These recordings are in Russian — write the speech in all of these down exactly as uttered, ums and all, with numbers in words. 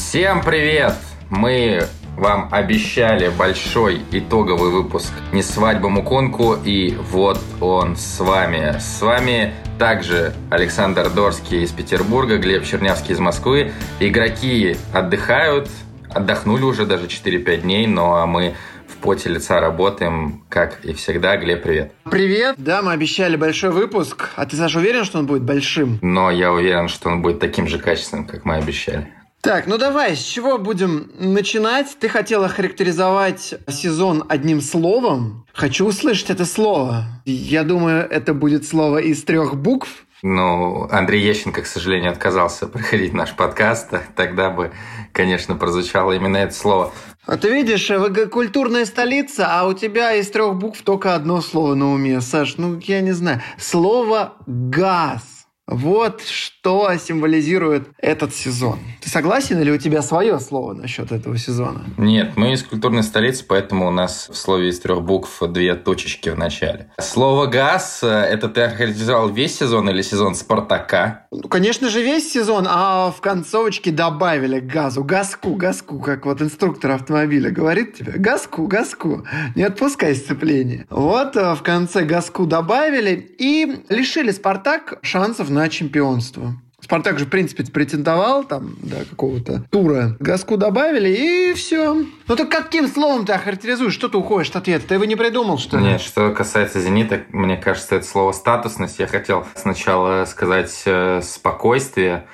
Всем привет! Мы вам обещали большой итоговый выпуск «Не свадьба Мукунку», и вот он с вами. С вами также Александр Дорский из Петербурга, Глеб Чернявский из Москвы. Игроки отдыхают, отдохнули уже даже четыре-пять дней, но мы в поте лица работаем, как и всегда. Глеб, привет. Привет. Да, мы обещали большой выпуск. А ты, Саша, уверен, что он будет большим? Но я уверен, что он будет таким же качественным, как мы обещали. Так, ну давай, с чего будем начинать? Ты хотела характеризовать сезон одним словом. Хочу услышать это слово. Я думаю, это будет слово из трех букв. Ну, Андрей Ещенко, к сожалению, отказался приходить в наш подкаст. Тогда бы, конечно, прозвучало именно это слово. А ты видишь, вы культурная столица, а у тебя из трех букв только одно слово на уме. Саш, ну я не знаю. Слово «газ». Вот что символизирует этот сезон. Ты согласен или у тебя свое слово насчет этого сезона? Нет, мы из культурной столицы, поэтому у нас в слове из трех букв две точечки в начале. Слово «газ» — это ты охарактеризовал весь сезон или сезон «Спартака»? Ну, конечно же, весь сезон, а в концовочке добавили газу. Газку, газку, как вот инструктор автомобиля говорит тебе. Газку, газку, не отпускай сцепление. Вот в конце газку добавили и лишили «Спартак» шансов на чемпионство. «Спартак» же, в принципе, претендовал там до какого-то тура. Газку добавили, и все. Ну так каким словом ты охарактеризуешь? Что ты уходишь от ответа? Ты его не придумал, что ли? Нет, что касается «Зенита», мне кажется, это слово «статусность». Я хотел сначала сказать э, «спокойствие»,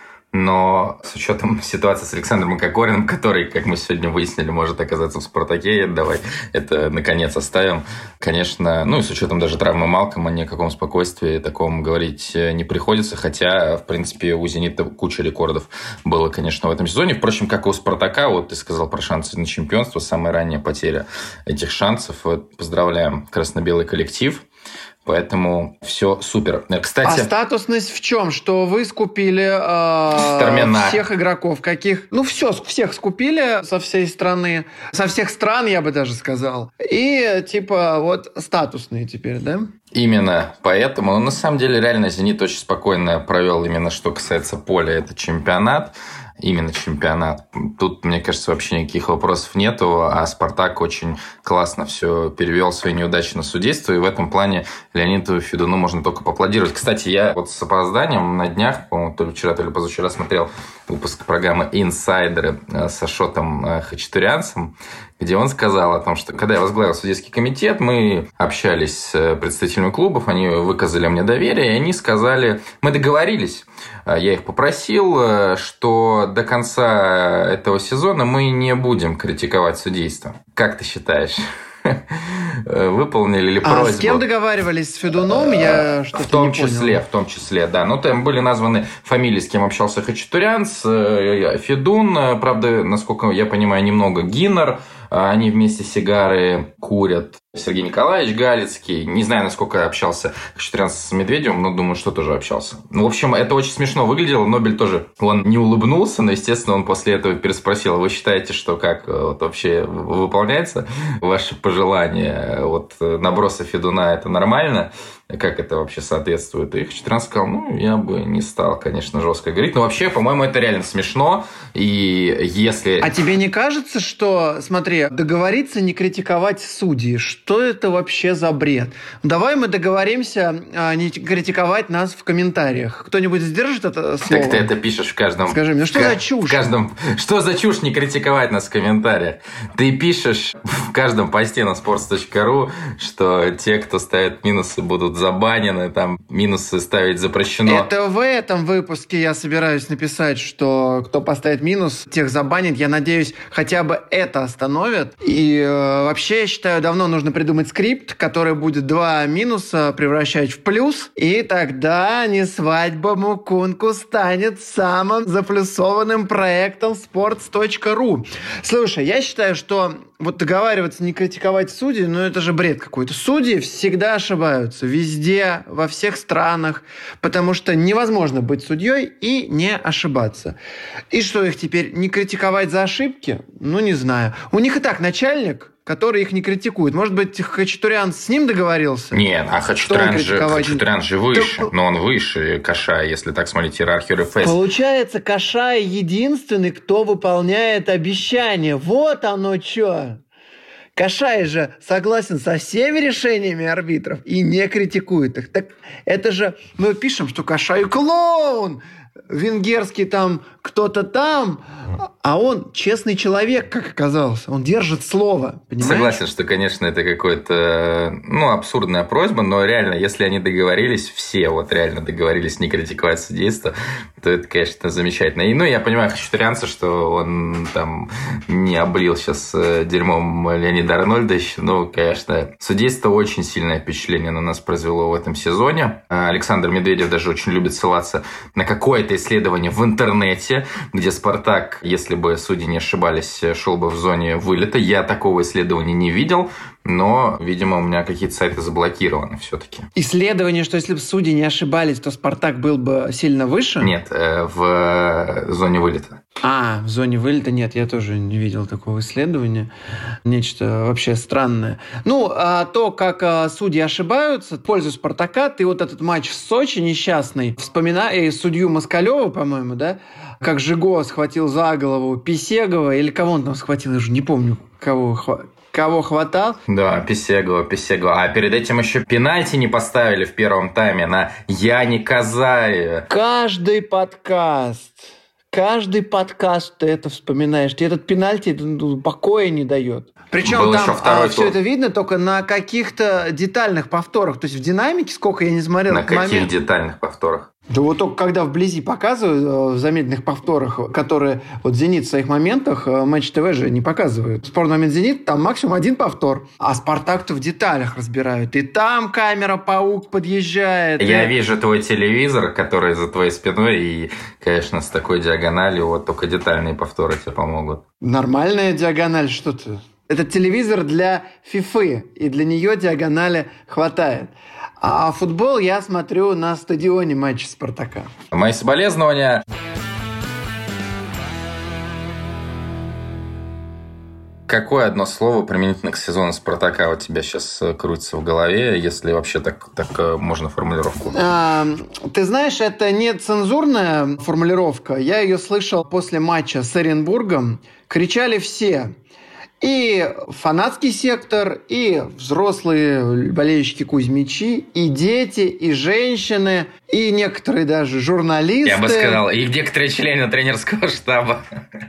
но с учетом ситуации с Александром Кокориным, который, как мы сегодня выяснили, может оказаться в «Спартаке», давай это наконец оставим. Конечно, ну и с учетом даже травмы Малкома, ни о каком спокойствии таком говорить не приходится, хотя, в принципе, у «Зенита» куча рекордов было, конечно, в этом сезоне. Впрочем, как и у «Спартака», вот ты сказал про шансы на чемпионство, самая ранняя потеря этих шансов. Вот, поздравляем красно-белый коллектив. Поэтому все супер. Кстати, а статусность в чем? Что вы скупили э, всех игроков? Каких? Ну, все, всех скупили со всей страны. Со всех стран, я бы даже сказал. И, типа, вот статусные теперь, да? Именно поэтому. Но на самом деле, реально, «Зенит» очень спокойно провел именно что касается поля. Это чемпионат. Именно чемпионат. Тут, мне кажется, вообще никаких вопросов нету, а «Спартак» очень классно все перевел свои неудачи на судейство, и в этом плане Леониду Федуну можно только поаплодировать. Кстати, я вот с опозданием на днях, по-моему, то ли вчера, то ли позавчера смотрел выпуск программы «Инсайдеры» с Ашотом Хачатурянцем, где он сказал о том, что когда я возглавил судейский комитет, мы общались с представителями клубов, они выказали мне доверие, и они сказали, мы договорились, я их попросил, что до конца этого сезона мы не будем критиковать судейство. Как ты считаешь? Выполнили ли просьбу? А с кем договаривались? С Федуном? Я что-то в том не числе, понял. В том числе, да. Ну, там были названы фамилии, с кем общался Хачатурянц, Федун, правда, насколько я понимаю, немного Гиннер. Они вместе сигары курят. Сергей Николаевич Галицкий. Не знаю, насколько общался Хачатурянц с Медведевым, но думаю, что тоже общался. Ну, в общем, это очень смешно выглядело. Нобель тоже, он не улыбнулся, но, естественно, он после этого переспросил, вы считаете, что как вот, вообще выполняется ваше пожелание? Вот набросы Федуна – это нормально? Как это вообще соответствует? И Хачатурянц сказал, ну, я бы не стал, конечно, жестко говорить. Но вообще, по-моему, это реально смешно. И если... А тебе не кажется, что, смотри, договориться не критиковать судьи? Что это вообще за бред? Давай мы договоримся а, не критиковать нас в комментариях. Кто-нибудь сдержит это слово? Так ты это пишешь в каждом... Скажи мне, что в... за чушь? В каждом... Что за чушь не критиковать нас в комментариях? Ты пишешь в каждом посте на sports точка ru, что те, кто ставит минусы, будут забанены, там минусы ставить запрещено. Это в этом выпуске я собираюсь написать, что кто поставит минус, тех забанит. Я надеюсь, хотя бы это остановят. И э, вообще, я считаю, давно нужно придумать скрипт, который будет два минуса превращать в плюс, и тогда «Не свадьба Мукунку» станет самым заплюсованным проектом sports точка ru. Слушай, я считаю, что вот договариваться, не критиковать судей, ну это же бред какой-то. Судьи всегда ошибаются, везде, во всех странах, потому что невозможно быть судьей и не ошибаться. И что их теперь, не критиковать за ошибки? Ну, не знаю. У них и так начальник который их не критикует. Может быть, Хачатурян с ним договорился? Нет, а Хачатурян же, Хачатурян же выше. Так... Но он выше Кашая, если так смотреть иерархию РФС. Получается, Кашая единственный, кто выполняет обещания. Вот оно что. Кашай же согласен со всеми решениями арбитров и не критикует их. Так это же мы пишем, что Кашай клоун, венгерский там кто-то там, а он честный человек, как оказалось. Он держит слово. Понимаешь? Согласен, что, конечно, это какая-то, ну, абсурдная просьба, но реально, если они договорились, все вот реально договорились не критиковать судейство, то это, конечно, замечательно. И, ну, я понимаю Хачатурянца, что он там не облил сейчас дерьмом Леонида Арнольдовича. Ну, конечно, судейство очень сильное впечатление на нас произвело в этом сезоне. Александр Медведев даже очень любит ссылаться на какое-то исследование в интернете, где «Спартак», если бы судьи не ошибались, шел бы в зоне вылета. Я такого исследования не видел, но, видимо, у меня какие-то сайты заблокированы все-таки. Исследование, что если бы судьи не ошибались, то «Спартак» был бы сильно выше? Нет, в зоне вылета. А, в зоне вылета нет, я тоже не видел такого исследования. Нечто вообще странное. Ну, а то, как судьи ошибаются, в пользу «Спартака», ты вот этот матч в Сочи несчастный, вспоминая судью Москалева, по-моему, да, как Жиго схватил за голову Писегова, или кого он там схватил, я уже не помню, кого Кого хватал? Да, Писегова, Писегова. А перед этим еще пенальти не поставили в первом тайме на Яне Казаеве. Каждый подкаст, каждый подкаст ты это вспоминаешь. Тебе этот пенальти покоя не дает. Причем был там а, все это видно только на каких-то детальных повторах. То есть в динамике, сколько я не смотрел. На каких момент... детальных повторах? Да вот только когда вблизи показывают, в замедленных повторах, которые вот «Зенит» в своих моментах, Матч ТВ же не показывают. Спорный момент «Зенит», там максимум один повтор. А «Спартак»-то в деталях разбирают. И там камера-паук подъезжает. Я и... вижу твой телевизор, который за твоей спиной, и, конечно, с такой диагональю вот только детальные повторы тебе помогут. Нормальная диагональ, что ты? Это телевизор для фифы, и для нее диагонали хватает. А футбол я смотрю на стадионе матча «Спартака». Мои соболезнования. Какое одно слово применительно к сезону «Спартака» у тебя сейчас крутится в голове, если вообще так, так можно формулировку? А, ты знаешь, это не цензурная формулировка. Я ее слышал после матча с Оренбургом. Кричали все. И фанатский сектор, и взрослые болельщики Кузьмичи, и дети, и женщины, и некоторые даже журналисты. Я бы сказал, и некоторые члены тренерского штаба.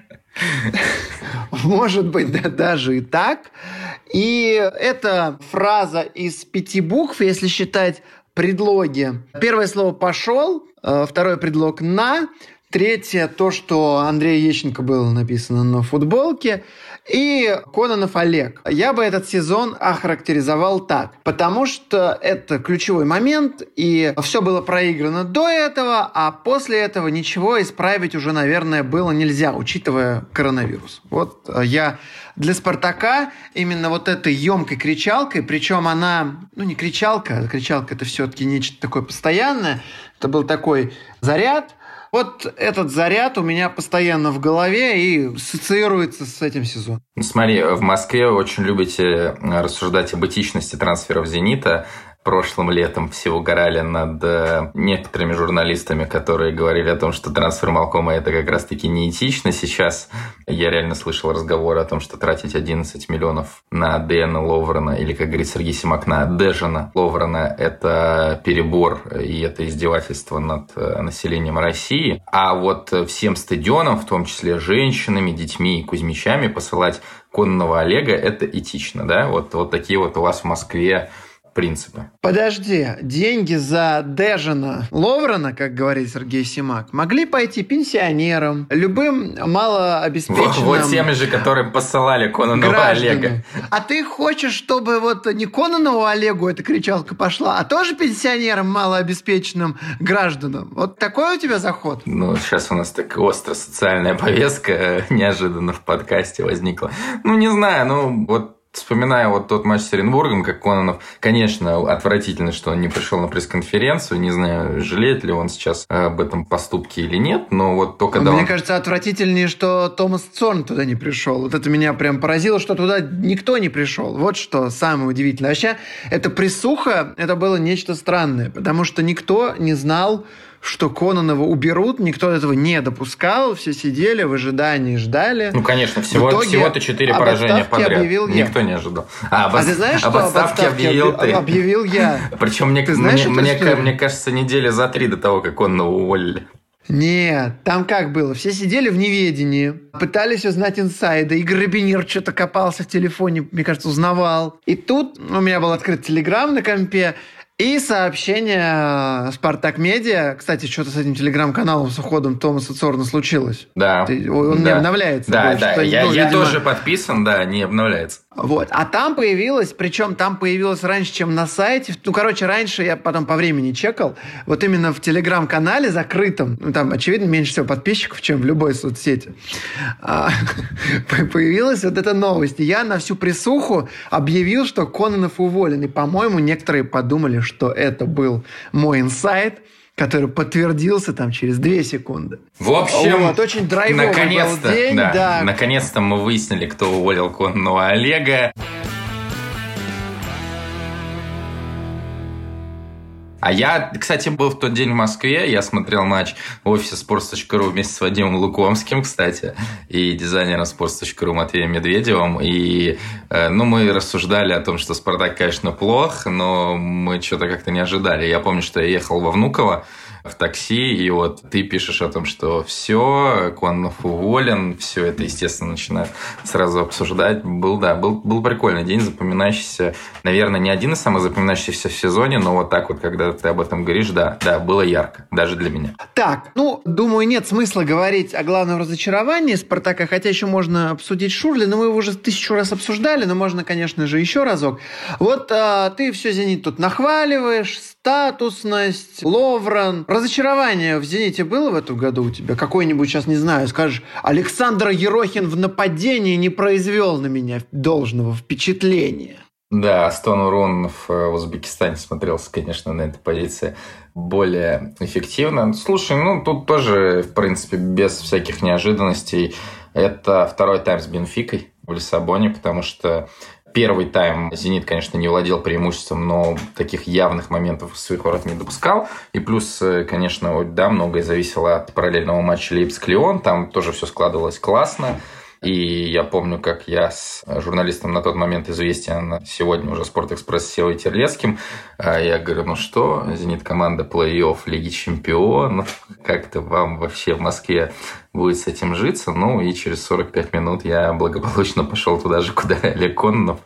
Может быть, да, даже и так. И это фраза из пяти букв, если считать предлоги. Первое слово «пошел», второй предлог «на», третье – то, что Андрея Ещенко было написано на футболке, и Кононов Олег. Я бы этот сезон охарактеризовал так, потому что это ключевой момент, и все было проиграно до этого, а после этого ничего исправить уже, наверное, было нельзя, учитывая коронавирус. Вот я для «Спартака» именно вот этой емкой кричалкой, причем она, ну не кричалка, кричалка это все-таки нечто такое постоянное, это был такой заряд. Вот этот заряд у меня постоянно в голове и ассоциируется с этим сезоном. Смотри, в Москве очень любите рассуждать об этичности трансферов «Зенита». Прошлым летом все угорали над некоторыми журналистами, которые говорили о том, что трансфер Малкома – это как раз-таки неэтично. Сейчас я реально слышал разговоры о том, что тратить одиннадцать миллионов на Дэна Ловрена, или, как говорит Сергей Симак, на Дежана Ловрена – это перебор и это издевательство над населением России. А вот всем стадионам, в том числе женщинами, детьми и Кузьмичами, посылать Кононова Олега – это этично. Да? Вот, вот такие вот у вас в Москве принципы. Подожди, деньги за Дежана Ловрена, как говорит Сергей Симак, могли пойти пенсионерам, любым малообеспеченным Вот, вот тем же, которым посылали Кононова Олега. А ты хочешь, чтобы вот не Кононову Олегу эта кричалка пошла, а тоже пенсионерам, малообеспеченным гражданам? Вот такой у тебя заход? Ну, сейчас у нас так остро социальная повестка неожиданно в подкасте возникла. Ну, не знаю, ну, вот Вспоминая вот тот матч с Оренбургом, как Кононов, конечно, отвратительно, что он не пришел на пресс-конференцию. Не знаю, жалеет ли он сейчас об этом поступке или нет, но вот только когда Мне он... кажется, отвратительнее, что Томас Цорн туда не пришел. Вот это меня прям поразило, что туда никто не пришел. Вот что самое удивительное. Вообще, эта прессуха, это было нечто странное, потому что никто не знал, что Кононова уберут, никто этого не допускал, все сидели в ожидании, ждали. Ну, конечно, всего, итоге всего-то четыре поражения подряд. Объявил я. Никто не ожидал. А, об, а ты знаешь, об что отставке объявил об, ты? Объявил я. Причем мне, ты знаешь, мне, мне, мне, мне кажется, недели за три до того, как Кононова уволили. Нет, там как было? Все сидели в неведении, пытались узнать инсайды. Игорь Рабинер что-то копался в телефоне, мне кажется, узнавал. И тут у меня был открыт Телеграм на компе, и сообщение «Спартак Медиа». Кстати, что-то с этим телеграм-каналом с уходом Томаса Цорна случилось. Да. Ты, он да. не обновляется. Да, больше, да. что, я, ну, я видимо... тоже подписан, да, не обновляется. Вот. А там появилось, причем там появилось раньше, чем на сайте. Ну, короче, раньше я потом по времени чекал. Вот именно в телеграм-канале закрытом, ну, там, очевидно, меньше всего подписчиков, чем в любой соцсети, появилась вот эта новость. И я на всю присуху объявил, что Кононов уволен. И, по-моему, некоторые подумали, что это был мой инсайт, который подтвердился там через две секунды. В общем, вот, очень драйвовый наконец-то, был день. Да, да. наконец-то мы выяснили, кто уволил Кононова Олега. А я, кстати, был в тот день в Москве, я смотрел матч в офисе sports точка ru вместе с Вадимом Лукомским, кстати, и дизайнером sports точка ru Матвеем Медведевым, и ну, мы рассуждали о том, что «Спартак», конечно, плох, но мы что-то как-то не ожидали. Я помню, что я ехал во Внуково в такси, и вот ты пишешь о том, что все, Кононов уволен, все это, естественно, начинают сразу обсуждать. Был, да, был, был прикольный день, запоминающийся, наверное, не один из самых запоминающихся в сезоне, но вот так вот, когда ты об этом говоришь, да, да, было ярко, даже для меня. Так, ну, думаю, нет смысла говорить о главном разочаровании «Спартака», хотя еще можно обсудить Шурли, но мы его уже тысячу раз обсуждали, но можно, конечно же, еще разок. Вот а, ты все «Зенит» тут нахваливаешь, статусность, Ловран. Разочарование в «Зените» было в этом году у тебя? Какой-нибудь, сейчас не знаю, скажешь, Александр Ерохин в нападении не произвел на меня должного впечатления. Да, Астон Уронов в Узбекистане смотрелся, конечно, на этой позиции более эффективно. Слушай, ну тут тоже, в принципе, без всяких неожиданностей. Это второй тайм с Бенфикой в Лиссабоне, потому что первый тайм «Зенит», конечно, не владел преимуществом, но таких явных моментов в своих ворот не допускал. И плюс, конечно, да, многое зависело от параллельного матча Лейпциг-Лион. Там тоже все складывалось классно. И я помню, как я с журналистом на тот момент «Известия», сегодня уже «Спортэкспресс» Севой Терлецким, я говорю, ну что, «Зенит» команда плей-офф Лиги Чемпионов, как-то вам вообще в Москве будет с этим житься? Ну, и через сорок пять минут я благополучно пошел туда же, куда Олег Кононов.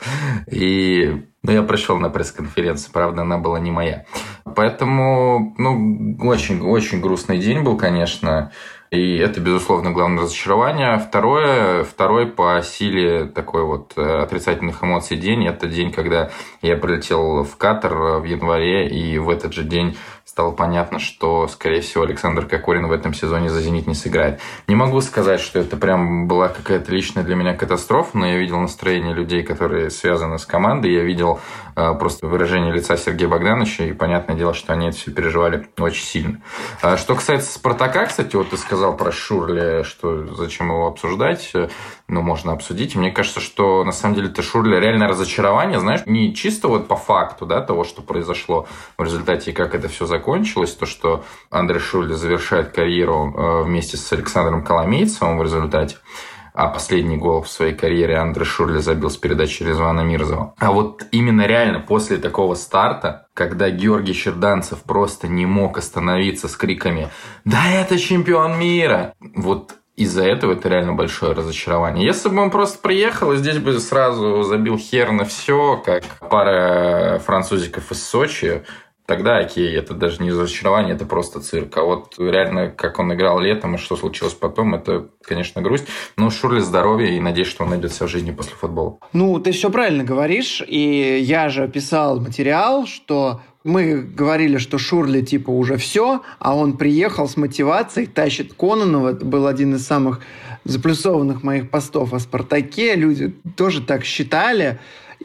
И ну, я пришел на пресс-конференцию, правда, она была не моя. Поэтому, ну, очень-очень грустный день был, конечно. И это, безусловно, главное разочарование. Второе, второй по силе такой вот отрицательных эмоций день – это день, когда я прилетел в Катар в январе, и в этот же день стало понятно, что, скорее всего, Александр Кокорин в этом сезоне за «Зенит» не сыграет. Не могу сказать, что это прям была какая-то личная для меня катастрофа, но я видел настроение людей, которые связаны с командой, я видел э, просто выражение лица Сергея Богдановича, и понятное дело, что они это все переживали очень сильно. А что касается «Спартака», кстати, вот ты сказал про Шурли, что зачем его обсуждать, ну, можно обсудить. И мне кажется, что на самом деле это Шурли реально разочарование, знаешь, не чисто вот по факту, да, того, что произошло в результате и как это все закончилось, то, что Андрей Шурли завершает карьеру вместе с Александром Коломейцевым в результате, а последний гол в своей карьере Андрей Шурли забил с передачи Резвана Мирзова. А вот именно реально после такого старта, когда Георгий Черданцев просто не мог остановиться с криками «Да это чемпион мира!», вот из-за этого это реально большое разочарование. Если бы он просто приехал и здесь бы сразу забил хер на все, как пара французиков из Сочи, тогда, окей, это даже не разочарование, это просто цирк. А вот реально, как он играл летом и что случилось потом, это, конечно, грусть. Но Шурли здоровье, и надеюсь, что он найдет себя в жизни после футбола. Ну, ты все правильно говоришь, и я же писал материал, что мы говорили, что Шурли типа уже все, а он приехал с мотивацией, тащит Кононова. Это был один из самых заплюсованных моих постов о «Спартаке». Люди тоже так считали.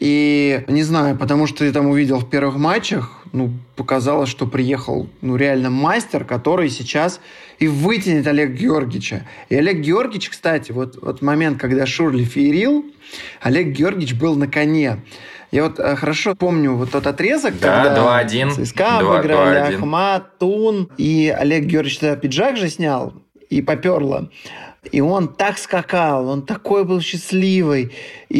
И не знаю, потому что я там увидел в первых матчах, ну, показалось, что приехал, ну, реально мастер, который сейчас и вытянет Олега Георгиевича. И Олег Георгиевич, кстати, вот, вот момент, когда Шурли феерил, Олег Георгиевич был на коне. Я вот э, хорошо помню вот тот отрезок, да, когда два один. ЦСКА обыграли, Ахмат, Тун, и Олег Георгиевич тогда пиджак же снял, и поперло. И он так скакал, он такой был счастливый.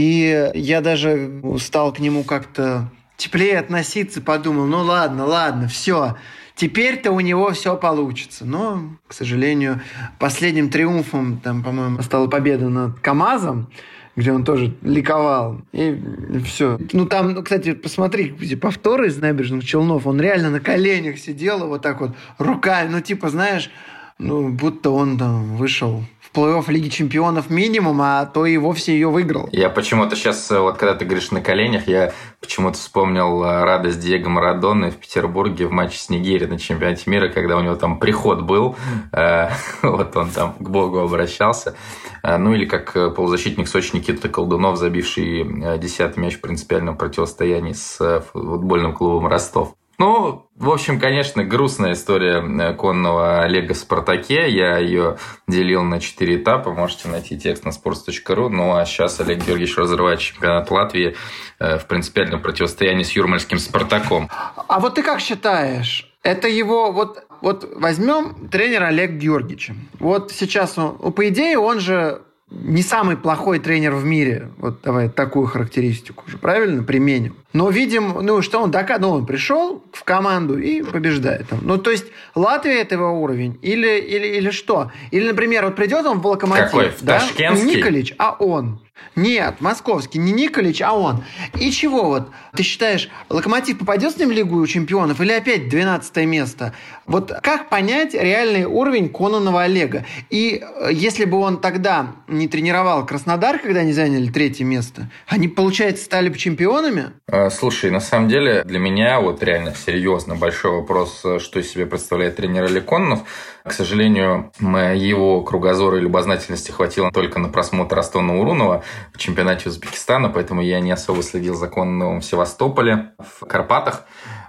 И я даже стал к нему как-то теплее относиться, подумал, ну ладно, ладно, все, теперь-то у него все получится. Но, к сожалению, последним триумфом, там, по-моему, стала победа над КамАЗом, где он тоже ликовал. И все. Ну, там, кстати, посмотри, повторы из Набережных Челнов, он реально на коленях сидел, вот так вот, руками, ну, типа, знаешь, ну, будто он там вышел в плей-офф Лиги Чемпионов минимум, а то и вовсе ее выиграл. Я почему-то сейчас, вот когда ты говоришь на коленях, я почему-то вспомнил радость Диего Марадоны в Петербурге в матче с Нигерией на чемпионате мира, когда у него там приход был, э, вот он там к Богу обращался. Э, ну или как полузащитник Сочи Никита Колдунов, забивший десятый мяч в принципиальном противостоянии с футбольным клубом Ростов. Ну, в общем, конечно, грустная история конного Олега в «Спартаке». Я ее делил на четыре этапа. Можете найти текст на sports точка ru. Ну, а сейчас Олег Георгиевич разрывает чемпионат Латвии в принципиальном противостоянии с юрмальским «Спартаком». А вот ты как считаешь? Это его... Вот, вот возьмем тренера Олега Георгиевича. Вот сейчас, он, по идее, он же не самый плохой тренер в мире. Вот давай такую характеристику уже правильно применим. Но видим, ну что он доказывает, ну он пришел в команду и побеждает. Ну то есть Латвия это его уровень или, или, или что? Или, например, вот придет он в «Локомотив». Какой? В да? Ташкентский? Не Николич, а он. Нет, московский, не Николич, а он. И чего вот? Ты считаешь, «Локомотив» попадет с ним в Лигу чемпионов или опять двенадцатое место? Вот как понять реальный уровень Кононова Олега? И если бы он тогда не тренировал Краснодар, когда они заняли третье место, они, получается, стали бы чемпионами? Слушай, на самом деле для меня вот реально серьезно большой вопрос, что из себя представляет тренер Олег Кононов. К сожалению, его кругозора и любознательности хватило только на просмотр Астона Урунова в чемпионате Узбекистана, поэтому я не особо следил за Кононовым в Севастополе, в Карпатах.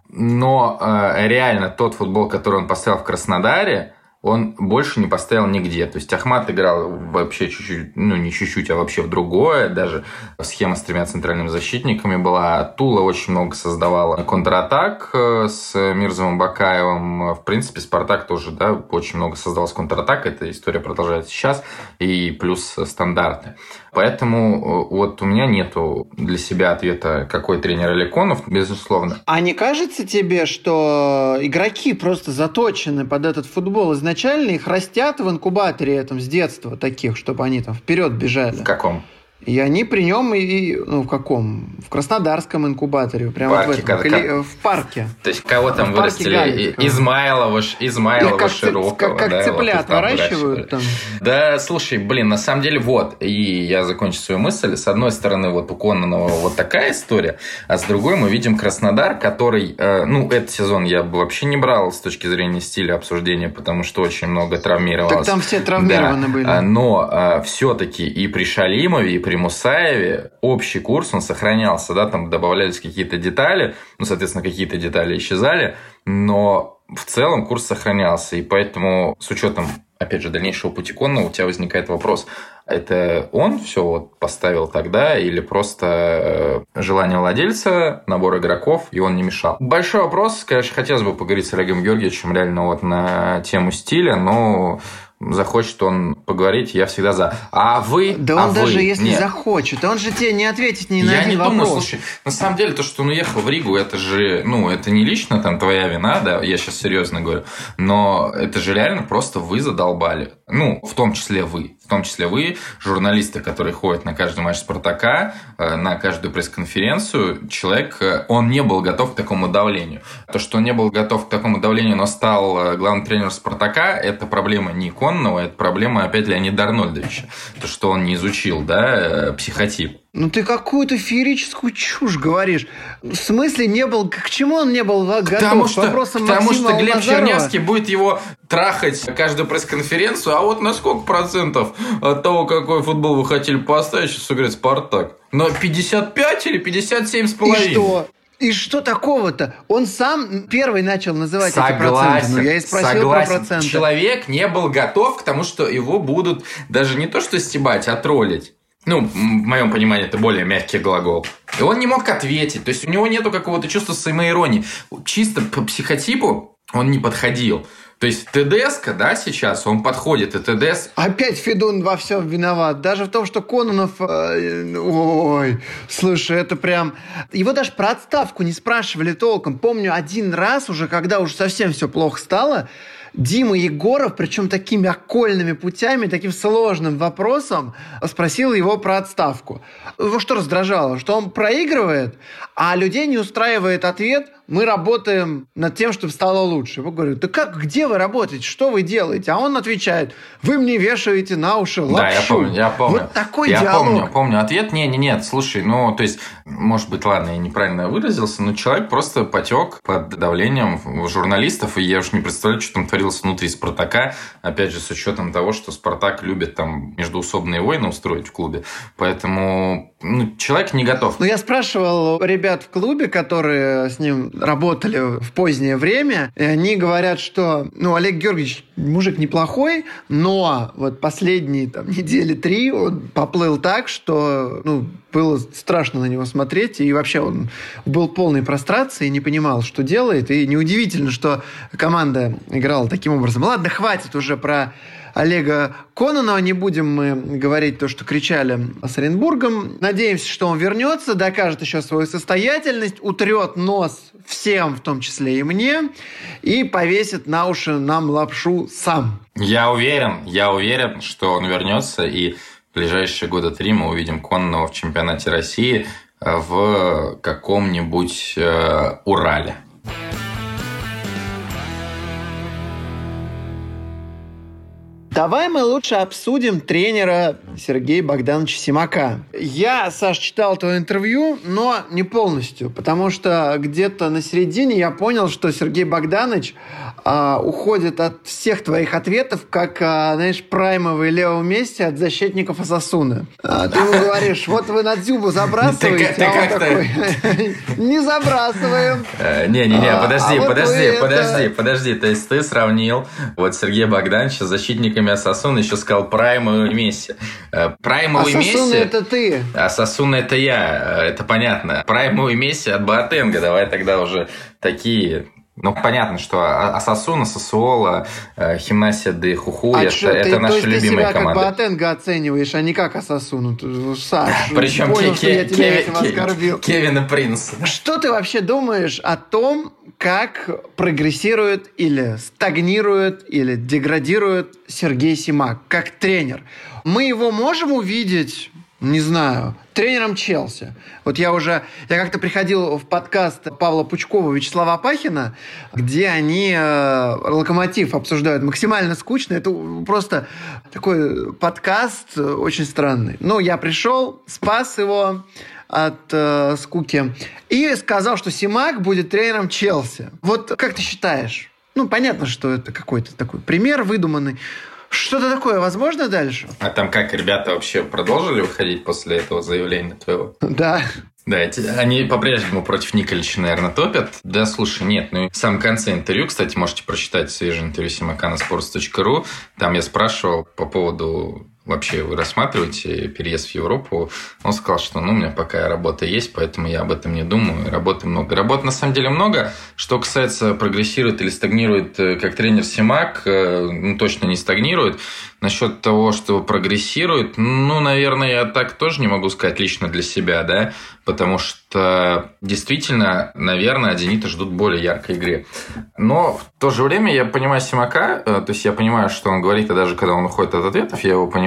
Но э, реально тот футбол, который он поставил в Краснодаре, он больше не поставил нигде. То есть Ахмат играл вообще чуть-чуть, ну не чуть-чуть, а вообще в другое. Даже схема с тремя центральными защитниками была. Тула очень много создавала контратак с Мирзовым Бакаевым. В принципе, Спартак тоже, да, очень много создавал с контратак. Эта история продолжается сейчас. И плюс стандарты. Поэтому вот у меня нету для себя ответа, какой тренер Олег Кононов, безусловно. А не кажется тебе, что игроки просто заточены под этот футбол изначально, их растят в инкубаторе этом с детства таких, чтобы они там вперед бежали? В каком? И они при нем, и, ну, в каком? В краснодарском инкубаторе. Прямо парке, в, этом, как, как... в парке. То есть кого там в вырастили? Измайлова, Измайлова как Широкого. Как, как да, цыплят вот выращивают там. Да, слушай, блин, на самом деле вот, и я закончу свою мысль. С одной стороны, вот у Кононова вот такая история, а с другой мы видим Краснодар, который, э, ну, этот сезон я бы вообще не брал с точки зрения стиля обсуждения, потому что очень много травмировалось. Так там все травмированы да, были. Но э, все-таки и при Шалимове, и при Мусаеве общий курс, он сохранялся, да, там добавлялись какие-то детали, ну, соответственно, какие-то детали исчезали, но в целом курс сохранялся, и поэтому с учетом, опять же, дальнейшего пути Кононова у тебя возникает вопрос, это он все вот поставил тогда или просто желание владельца, набор игроков, и он не мешал? Большой вопрос, конечно, хотелось бы поговорить с Олегом Георгиевичем реально вот на тему стиля, но захочет он поговорить, я всегда за. А вы? Да а он даже вы? если Нет. захочет, он же тебе не ответит ни на я один не вопрос. Думаю, слушай, на самом деле, то, что он уехал в Ригу, это же, ну, это не лично там твоя вина, да, я сейчас серьезно говорю, но это же реально просто вы задолбали. Ну, в том числе вы. в том числе вы, журналисты, которые ходят на каждый матч «Спартака», на каждую пресс-конференцию, человек, он не был готов к такому давлению. То, что он не был готов к такому давлению, но стал главным тренером «Спартака», это проблема не Кононова, это проблема опять Леонида Арнольдовича. То, что он не изучил, да, психотип. Ну ты какую-то феерическую чушь говоришь. В смысле не был... К чему он не был готов? Потому что, вопросом потому Максима что Глеб Лазарова? Чернявский будет его трахать каждую пресс-конференцию, а вот на сколько процентов от того, какой футбол вы хотели поставить, сейчас играет «Спартак»? На пятьдесят пять или пятьдесят семь с половиной? И что? И что такого-то? Он сам первый начал называть согласен, эти проценты. Ну, я и спросил согласен. про проценты. Человек не был готов к тому, что его будут даже не то что стебать, а троллить. Ну, в моем понимании, это более мягкий глагол. И он не мог ответить. То есть, у него нету какого-то чувства самоиронии. Чисто по психотипу он не подходил. То есть, ТДС-ка, да, сейчас, он подходит, и ТДС... Опять Федун во всем виноват. Даже в том, что Кононов... Э, ой, слушай, это прям... Его даже про отставку не спрашивали толком. Помню, один раз уже, когда уже совсем все плохо стало, Дима Егоров, причем такими окольными путями, таким сложным вопросом, спросил его про отставку. Его что раздражало? Что он проигрывает, а людей не устраивает ответ: мы работаем над тем, чтобы стало лучше. Его говорят: да как, где вы работаете, что вы делаете? А он отвечает: вы мне вешаете на уши лапшу. Да, я помню, я помню. Вот такой я диалог. помню, помню ответ. Не, не, нет, слушай, ну, то есть, может быть, ладно, я неправильно выразился, но человек просто потек под давлением журналистов, и я уж не представляю, что там творилось внутри «Спартака», опять же, с учетом того, что «Спартак» любит там междуусобные войны устроить в клубе. Поэтому, ну, человек не готов. Ну, я спрашивал ребят в клубе, которые с ним работали в позднее время, и они говорят, что, ну, Олег Георгиевич мужик неплохой, но вот последние там недели три он поплыл так, что, ну, было страшно на него смотреть, и вообще он был в полной прострации, не понимал, что делает, и неудивительно, что команда играла таким образом. Ладно, хватит уже про Олега Кононова, не будем мы говорить то, что кричали с Оренбургом. Надеемся, что он вернется, докажет еще свою состоятельность, утрет нос всем, в том числе и мне, и повесит на уши нам лапшу сам. Я уверен, я уверен, что он вернется, и в ближайшие года три мы увидим Кононова в чемпионате России в каком-нибудь э, Урале. Давай мы лучше обсудим тренера Сергея Богдановича Симака. Я, Саш, читал твое интервью, но не полностью, потому что где-то на середине я понял, что Сергей Богданович а, уходит от всех твоих ответов, как, а, знаешь, праймовый Лео Месси от защитников Осасуны. А, ты ему говоришь: вот вы на Дзюбу забрасываете, а он такой: не забрасываем. Не-не-не, подожди, подожди, подожди, подожди. То есть ты сравнил вот Сергея Богдановича с защитниками Осасуны, еще сказал праймовый Месси. Праймовый Месси... Осасуна — это ты. Осасуна — это я, это понятно. Праймовый Месси от Боатенга. Давай тогда уже такие... Ну, понятно, что Осасуна, Сассуола, Химнасия де Хуху, а это, что, это ты, наши то есть любимые ты себя команды. как Боатенга оцениваешь, а не как Осасуну? Саш, Причем понял, Ке- что я тебя Ке- этим Ке- оскорбил. Кевин и Принц. Что ты вообще думаешь о том, как прогрессирует или стагнирует, или деградирует Сергей Симак как тренер? Мы его можем увидеть, не знаю, тренером Челси. Вот я уже... Я как-то приходил в подкаст Павла Пучкова и Вячеслава Апахина, где они э, Локомотив обсуждают максимально скучно. Это просто такой подкаст очень странный. Ну, я пришел, спас его от э, скуки и сказал, что Симак будет тренером Челси. Вот как ты считаешь? Ну, понятно, что это какой-то такой пример выдуманный. Что-то такое возможно дальше? А там как, ребята вообще продолжили выходить после этого заявления твоего? Да. Да, эти, они по-прежнему против Николича, наверное, топят. Да, слушай, нет, ну и в самом конце интервью, кстати, можете прочитать свежее интервью Симака на спортс точка ру. Там я спрашивал по поводу... Вообще вы рассматриваете переезд в Европу? Он сказал, что ну, у меня пока работа есть, поэтому я об этом не думаю. Работы много. Работы на самом деле много. Что касается прогрессирует или стагнирует как тренер Симак, ну, точно не стагнирует. Насчет того, что прогрессирует, ну, наверное, я так тоже не могу сказать лично для себя, да, потому что действительно, наверное, от «Зенита» ждут более яркой игры. Но в то же время я понимаю Симака, то есть я понимаю, что он говорит, и даже когда он уходит от ответов, я его понимаю,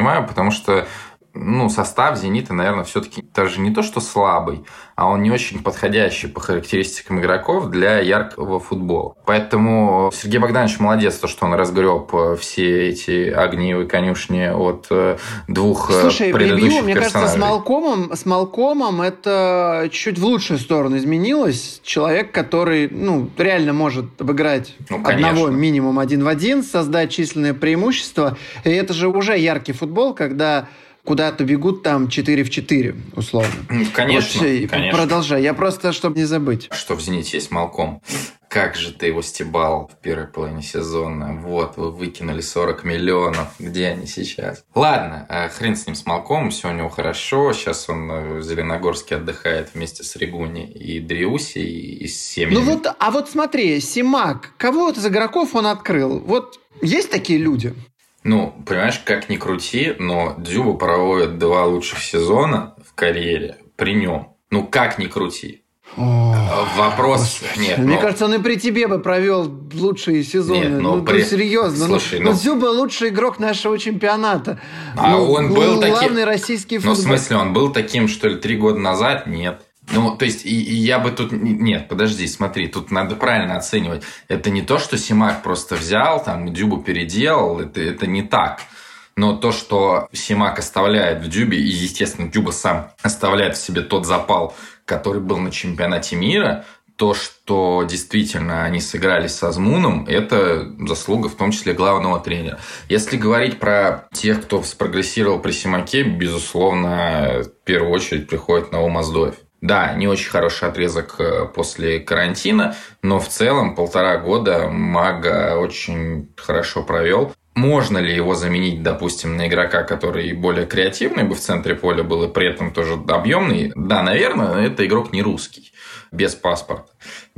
понимаю, потому что ну, состав «Зенита», наверное, все-таки даже не то, что слабый, а он не очень подходящий по характеристикам игроков для яркого футбола. Поэтому Сергей Богданович молодец, то, что он разгреб все эти огниевые конюшни от двух Слушай, предыдущих перебью, мне персонажей. кажется, с Малкомом, с Малкомом это чуть в лучшую сторону изменилось. Человек, который ну, реально может обыграть ну, одного минимум один в один, создать численное преимущество. И это же уже яркий футбол, когда куда-то бегут там четыре в четыре, условно. Конечно, вот, конечно. Продолжай. Я просто, чтобы не забыть. Что в «Зените» есть Малком. Как же ты его стебал в первой половине сезона. Вот, вы выкинули сорок миллионов. Где они сейчас? Ладно, хрен с ним, с Малкомом. Все у него хорошо. Сейчас он в Зеленогорске отдыхает вместе с Ригуни и Дриуси, и с семьями. Ну вот, а вот смотри, Симак. Кого вот из игроков он открыл? Вот есть такие люди? Ну, понимаешь, как ни крути, но Дзюба проводит два лучших сезона в карьере при нем. Ну, как ни крути. О, Вопрос... Нет, Мне но... кажется, он и при тебе бы провел лучшие сезоны. Нет, но ну, при... ну, серьезно. Слушай, ну, ну... ну, Дзюба лучший игрок нашего чемпионата. А ну, он был таким... Главный российский футбол. Ну, в смысле, он был таким, что ли, три года назад? Нет. Ну, то есть, и, и я бы тут... Нет, подожди, смотри, тут надо правильно оценивать. Это не то, что Симак просто взял, там, Дзюбу переделал, это, это не так. Но то, что Симак оставляет в Дзюбе, и, естественно, Дзюба сам оставляет в себе тот запал, который был на чемпионате мира, то, что действительно они сыграли с Азмуном, это заслуга в том числе главного тренера. Если говорить про тех, кто спрогрессировал при Симаке, безусловно, в первую очередь приходит на ум Оздоев. Да, не очень хороший отрезок после карантина, но в целом полтора года Мага очень хорошо провел. Можно ли его заменить, допустим, на игрока, который более креативный бы в центре поля был и при этом тоже объемный? Да, наверное, это игрок не русский, без паспорта.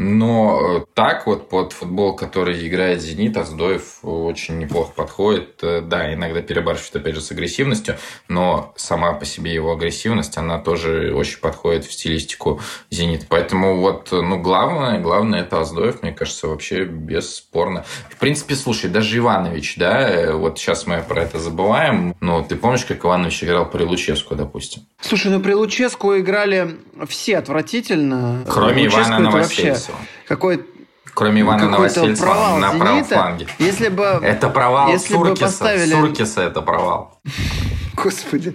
Но так вот под футбол, который играет «Зенит», Оздоев очень неплохо подходит. Да, иногда перебарщивает, опять же, с агрессивностью, но сама по себе его агрессивность, она тоже очень подходит в стилистику «Зенит». Поэтому вот, ну, главное, главное это Оздоев, мне кажется, вообще бесспорно. В принципе, слушай, даже Иванович, да, вот сейчас мы про это забываем, но ты помнишь, как Иванович играл при Луческу, допустим? Слушай, ну при Луческу играли все отвратительно. Кроме Луческу Ивана Новосельцева. Какой Кроме Ивана Новосельцева на правом фланге. Если бы, это провал если Суркиса. Бы поставили... Суркиса это провал. Господи.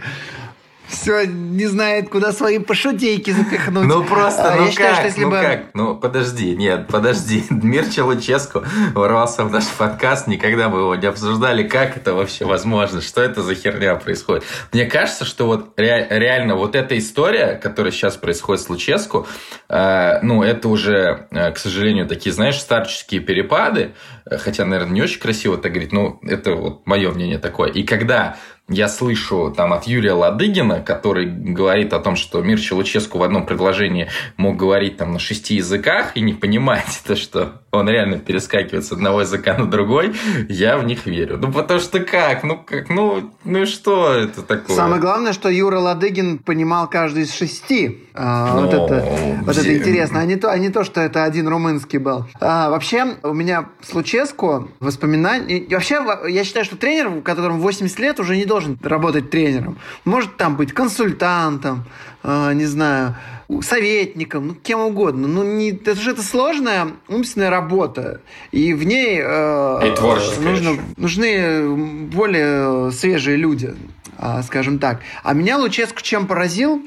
Все, не знает, куда свои пошутейки запихнуть. Ну просто, ну Я как, считаю, что если ну бы... как, ну подожди, нет, подожди. Мирча Луческу ворвался в наш подкаст, никогда мы его не обсуждали, как это вообще возможно, что это за херня происходит. Мне кажется, что вот ре- реально вот эта история, которая сейчас происходит с Луческу, э, ну это уже, э, к сожалению, такие, знаешь, старческие перепады, хотя, наверное, не очень красиво так говорить, но это вот мое мнение такое. И когда я слышу там от Юрия Ладыгина, который говорит о том, что Мирча Луческу в одном предложении мог говорить там на шести языках и не понимать то, что он реально перескакивает с одного языка на другой, я в них верю. Ну, потому что как? Ну, как? Ну, ну что это такое? Самое главное, что Юра Ладыгин понимал каждый из шести. А, вот это, вот это интересно. А не, то, а не то, что это один румынский был. А, вообще, у меня с Луческу воспоминания... Вообще, я считаю, что тренер, которому восемьдесят лет, уже не должен работать тренером. Может там быть консультантом, э, не знаю, советником, ну, кем угодно. Ну, не, это же это сложная умственная работа. И в ней э, и нужно, нужны более свежие люди, э, скажем так. А меня Луческу чем поразил?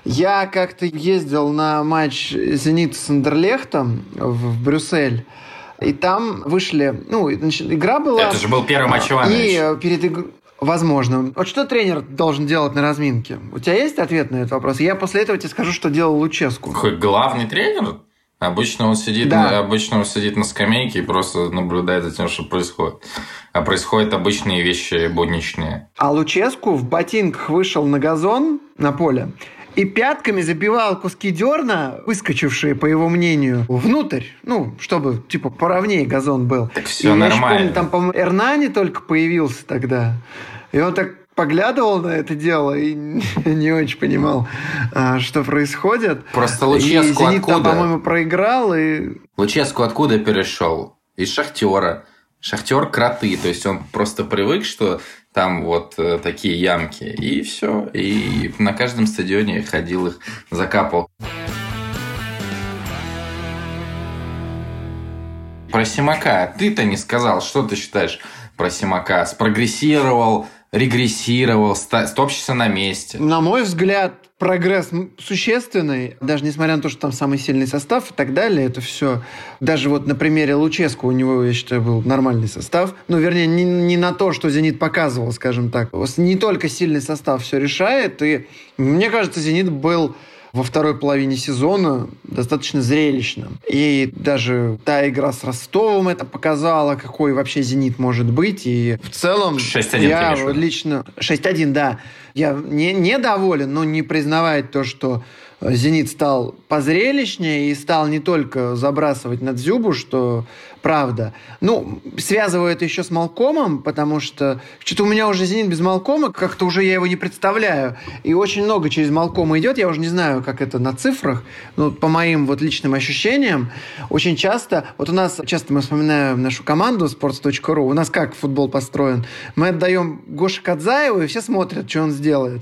Я как-то ездил на матч «Зенит» с Андерлехтом в, в Брюссель. И там вышли... Ну, значит, игра была... Это же был первый матч Ивановича. И перед игрой... Возможно. Вот что тренер должен делать на разминке? У тебя есть ответ на этот вопрос? Я после этого тебе скажу, что делал Луческу. Какой главный тренер? Обычно он сидит, да. на, обычно он сидит на скамейке и просто наблюдает за тем, что происходит. А происходят обычные вещи будничные. А Луческу в ботинках вышел на газон, на поле, и пятками забивал куски дерна, выскочившие, по его мнению, внутрь. Ну, чтобы, типа, поровнее газон был. Так все и нормально. Я еще помню, там, по-моему, Эрнани только появился тогда. И он так поглядывал на это дело и не очень понимал, что происходит. Просто Луческу и «Зенит» откуда? там, по-моему, проиграл. И... Луческу откуда перешел? Из «Шахтера». Шахтер кроты, то есть он просто привык, что там вот э, такие ямки, и все. И на каждом стадионе ходил их, закапывал. Про Симака ты-то не сказал, что ты считаешь про Симака? Спрогрессировал, регрессировал, стопчется на месте? На мой взгляд, прогресс существенный, даже несмотря на то, что там самый сильный состав и так далее, это все. Даже вот на примере Луческо у него, я считаю, был нормальный состав. Ну, вернее, не, не на то, что «Зенит» показывал, скажем так. Не только сильный состав все решает, и мне кажется, «Зенит» был во второй половине сезона достаточно зрелищным. И даже та игра с Ростовом это показала, какой вообще «Зенит» может быть. И в целом шесть один я лично... шесть один, да. Я не, недоволен, но не признавать то, что «Зенит» стал позрелищнее и стал не только забрасывать на Дзюбу, что правда. Ну, связываю это еще с Малкомом, потому что что-то у меня уже «Зенит» без Малкома, как-то уже я его не представляю. И очень много через Малкома идет. Я уже не знаю, как это на цифрах, но по моим вот личным ощущениям, очень часто, вот у нас, часто мы вспоминаем нашу команду sports точка ru, у нас как футбол построен? Мы отдаем Гоше Кадзаеву, и все смотрят, что он сделает.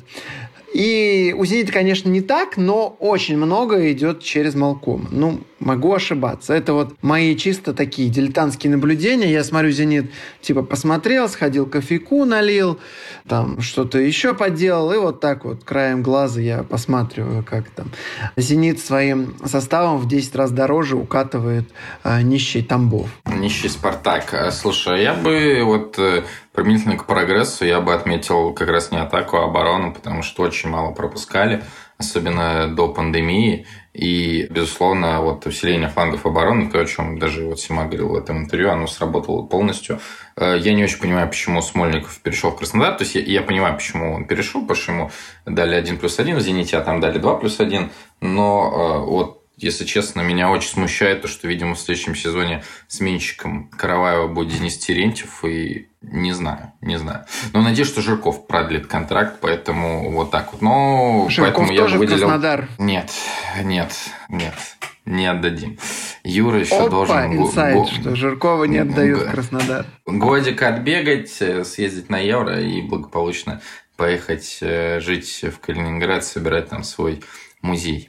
И у «Зенита», конечно, не так, но очень много идет через Малкома. Ну, могу ошибаться. Это вот мои чисто такие дилетантские наблюдения. Я смотрю «Зенит», типа посмотрел, сходил кофейку налил, там что-то еще поделал, и вот так вот краем глаза я посматриваю, как там «Зенит» своим составом в десять раз дороже укатывает а, нищий Тамбов. Нищий «Спартак». Слушай, я бы вот... применительно к прогрессу я бы отметил как раз не атаку, а оборону, потому что очень мало пропускали, особенно до пандемии. И, безусловно, вот усиление флангов обороны, то, о чем даже вот Сима говорил в этом интервью, оно сработало полностью. Я не очень понимаю, почему Смольников перешел в Краснодар. То есть я, я понимаю, почему он перешел, потому что ему дали один плюс один в «Зените», а там дали два плюс один. Но вот, если честно, меня очень смущает то, что, видимо, в следующем сезоне сменщиком Караваева будет Денис Терентьев, и не знаю, не знаю. Но надеюсь, что Жирков продлит контракт, поэтому вот так вот. Но Жирков поэтому тоже я бы выделил... в Краснодар? Нет, нет, нет, не отдадим. Юра еще Опа, должен... инсайд, го... что Жиркова не отдают в Краснодар. Годик отбегать, съездить на Евро и благополучно поехать жить в Калининград, собирать там свой музей.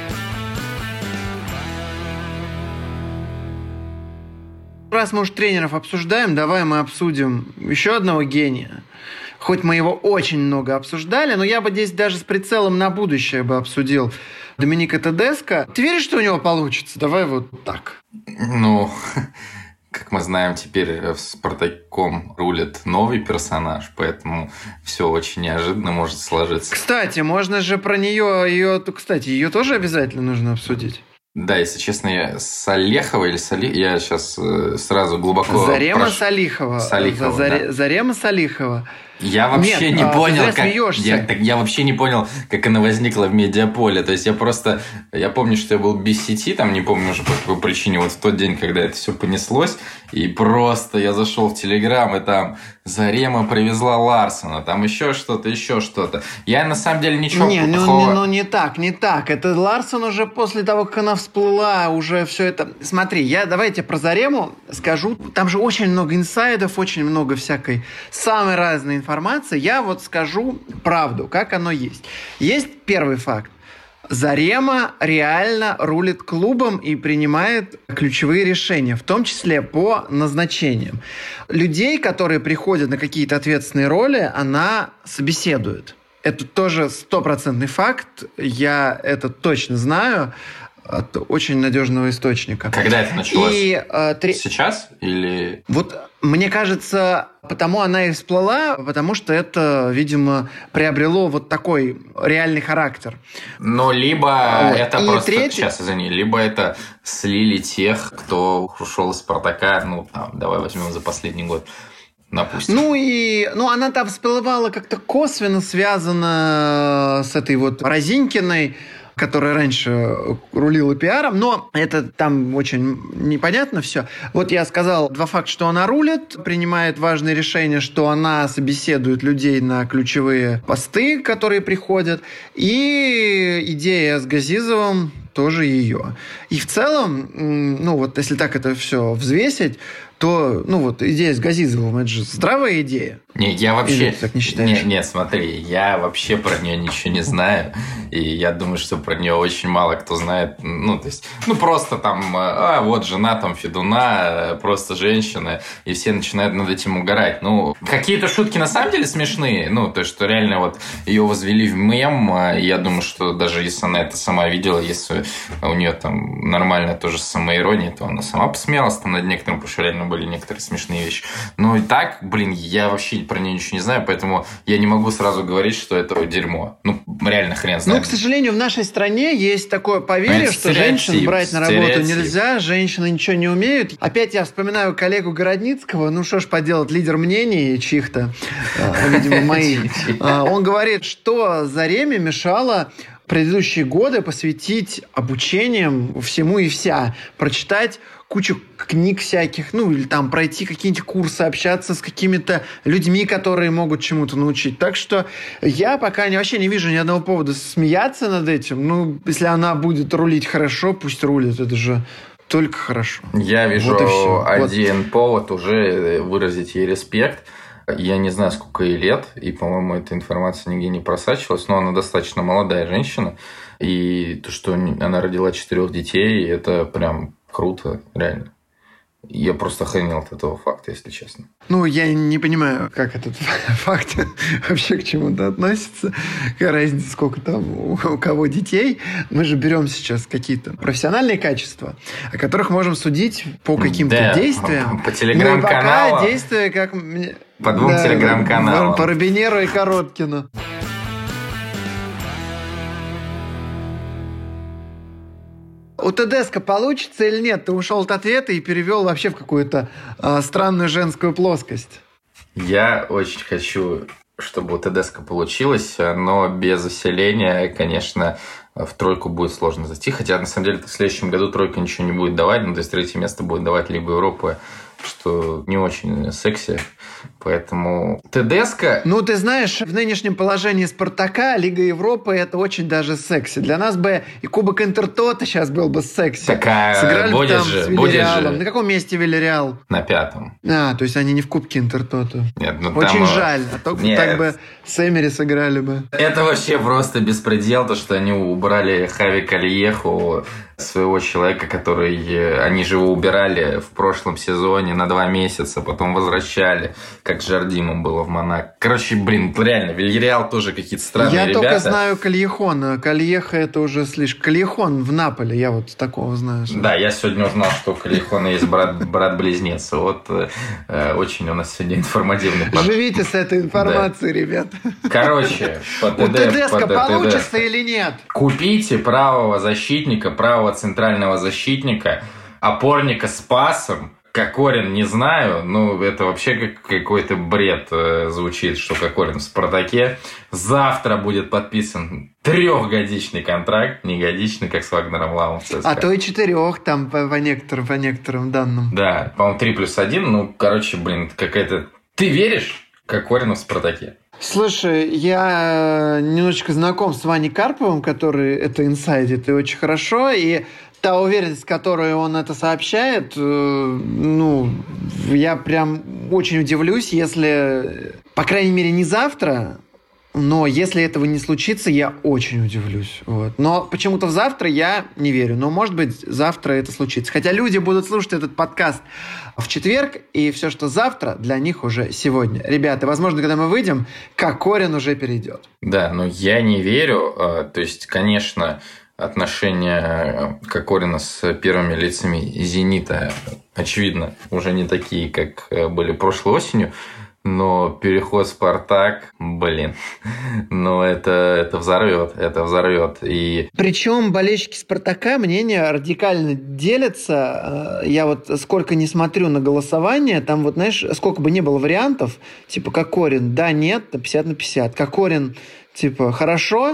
Раз мы уж тренеров обсуждаем, давай мы обсудим еще одного гения. Хоть мы его очень много обсуждали, но я бы здесь даже с прицелом на будущее бы обсудил Доминика Тедеско. Ты веришь, что у него получится? Давай вот так. Ну, как мы знаем, теперь в «Спартаком» рулит новый персонаж, поэтому все очень неожиданно может сложиться. Кстати, можно же про нее, ее, кстати, ее тоже обязательно нужно обсудить. Да, если честно, я Салехова или Сали... Я сейчас э, сразу глубоко... Зарема прош... Салихова. Салихова, Заре... да. Зарема Салихова. Я вообще Нет, не а, понял, ты как... Я, так, я вообще не понял, как она возникла в медиаполе. То есть я просто... Я помню, что я был без сети, там не помню уже по какой причине, вот в тот день, когда это все понеслось, и просто я зашел в Телеграм, и там Зарема привезла Ларсона, там еще что-то, еще что-то. Я на самом деле ничего не, плохого... Ну, не, ну не так, не так. Это Ларсон уже после того, как она всплыла, уже все это... Смотри, я давайте про Зарему скажу. Там же очень много инсайдов, очень много всякой самой разной информации. Я вот скажу правду, как оно есть. Есть первый факт. Зарема реально рулит клубом и принимает ключевые решения, в том числе по назначениям. Людей, которые приходят на какие-то ответственные роли, она собеседует. Это тоже стопроцентный факт. Я это точно знаю от очень надежного источника. Когда это началось? И, э, три... Сейчас? Или... Вот, мне кажется, потому она и всплыла, потому что это, видимо, приобрело вот такой реальный характер. Ну, либо вот. это И просто... третий... Сейчас, извини. Либо это слили тех, кто ушел из «Спартака». Ну, там, давай возьмем за последний год. Допустим. Ну и ну, она там всплывала как-то косвенно связана с этой вот Разинькиной, которая раньше рулила пиаром, но это там очень непонятно все. Вот я сказал два факта, что она рулит, принимает важные решения, что она собеседует людей на ключевые посты, которые приходят, и идея с Газизовым тоже ее. И в целом, ну вот если так это все взвесить, то, ну вот, идея с Газизовым, это же здравая идея. Не, я вообще... Или ты так не считаешь? Нет, нет, смотри, я вообще про нее ничего не знаю, и я думаю, что про нее очень мало кто знает. Ну, то есть, ну, просто там, а, вот жена там Федуна, просто женщина, и все начинают над этим угорать. Ну, какие-то шутки на самом деле смешные, ну, то есть, что реально вот ее возвели в мем, я думаю, что даже если она это сама видела, если у нее там нормальная тоже самоирония, то она сама посмеялась там над некоторым, потому что реально были некоторые смешные вещи. Ну, и так, блин, я вообще про нее ничего не знаю, поэтому я не могу сразу говорить, что это дерьмо. Ну, реально хрен знает. Ну, к сожалению, в нашей стране есть такое поверье, это что женщин брать на работу стереотип. нельзя, женщины ничего не умеют. Опять я вспоминаю коллегу Городницкого, ну что ж поделать, лидер мнений чьих-то, видимо, моих. Он говорит, что Зареме мешало предыдущие годы посвятить обучением всему и вся, прочитать кучу книг всяких, ну, или там пройти какие-нибудь курсы, общаться с какими-то людьми, которые могут чему-то научить. Так что я пока не, вообще не вижу ни одного повода смеяться над этим. Ну, если она будет рулить хорошо, пусть рулит. Это же только хорошо. Я вижу вот и все. один вот. повод уже выразить ей респект. Я не знаю, сколько ей лет, и, по-моему, эта информация нигде не просачивалась, но она достаточно молодая женщина. И то, что она родила четырех детей, это прям круто, реально. Я просто охренел от этого факта, если честно. Ну, я не понимаю, как этот факт вообще к чему-то относится. Какая разница, сколько там у, у кого детей. Мы же берем сейчас какие-то профессиональные качества, о которых можем судить по каким-то да, действиям. По телеграм-каналам. Ну, пока действия как... По двум да, телеграм-каналам. По Робинеру и Короткину. У Тедеско получится или нет? Ты ушел от ответа и перевел вообще в какую-то э, странную женскую плоскость. Я очень хочу, чтобы у Тедеско получилось, но без усиления, конечно, в тройку будет сложно зайти. Хотя, на самом деле, в следующем году тройка ничего не будет давать. Ну, то есть, третье место будет давать Лига Европы, что не очень секси. Поэтому Тедеско... Ну, ты знаешь, в нынешнем положении Спартака Лига Европы – это очень даже секси. Для нас бы и Кубок Интертота сейчас был бы секси. Так, а сыграли будет бы там же, с Вильяреалом. Же. На каком месте Вильяреал? На пятом. А, то есть они не в Кубке Интертота. Нет, ну очень там... жаль. А то так бы с Эмери сыграли бы. Это вообще просто беспредел, то, что они убрали Хави Кальеху, своего человека, который... Они же его убирали в прошлом сезоне на два месяца, потом возвращали, как с Жардимом было в Монако. Короче, блин, реально, Вильяреал тоже какие-то странные я ребята. Я только знаю Кальехона. Кальеха это уже слишком... Кальехон в Наполе, я вот такого знаю. Да, я сегодня узнал, что у Кальехона есть брат, брат-близнец. Вот э, очень у нас сегодня информативный. Живите с этой информацией, да. Ребят. Короче, по ТД, у Тедеско по получится или нет? Купите правого защитника, правого центрального защитника, опорника с пасом. Кокорин не знаю, но это вообще как какой-то бред э, звучит, что Кокорин в «Спартаке». Завтра будет подписан трехгодичный контракт, не годичный, как с Вагнером Лавом. А то и четырех там по, по, некоторым, по некоторым данным. Да, по-моему, три плюс один. Ну, короче, блин, какая-то... Ты веришь Кокорину в «Спартаке»? Слушай, я немножечко знаком с Ваней Карповым, который это инсайдит, и очень хорошо, и та уверенность, с которой он это сообщает, ну, я прям очень удивлюсь, если, по крайней мере, не завтра, но если этого не случится, я очень удивлюсь. Вот. Но почему-то в завтра я не верю. Но, может быть, завтра это случится. Хотя люди будут слушать этот подкаст в четверг, и все, что завтра, для них уже сегодня. Ребята, возможно, когда мы выйдем, Кокорин уже перейдет. Да, но я не верю. То есть, конечно, отношения Кокорина с первыми лицами «Зенита», очевидно, уже не такие, как были прошлой осенью. Но переход в «Спартак», блин, ну это, это взорвет, это взорвет. И... Причем болельщики «Спартака» мнения радикально делятся. Я вот сколько не смотрю на голосование, там вот, знаешь, сколько бы ни было вариантов, типа Кокорин, да, нет, пятьдесят на пятьдесят. Кокорин, типа, хорошо,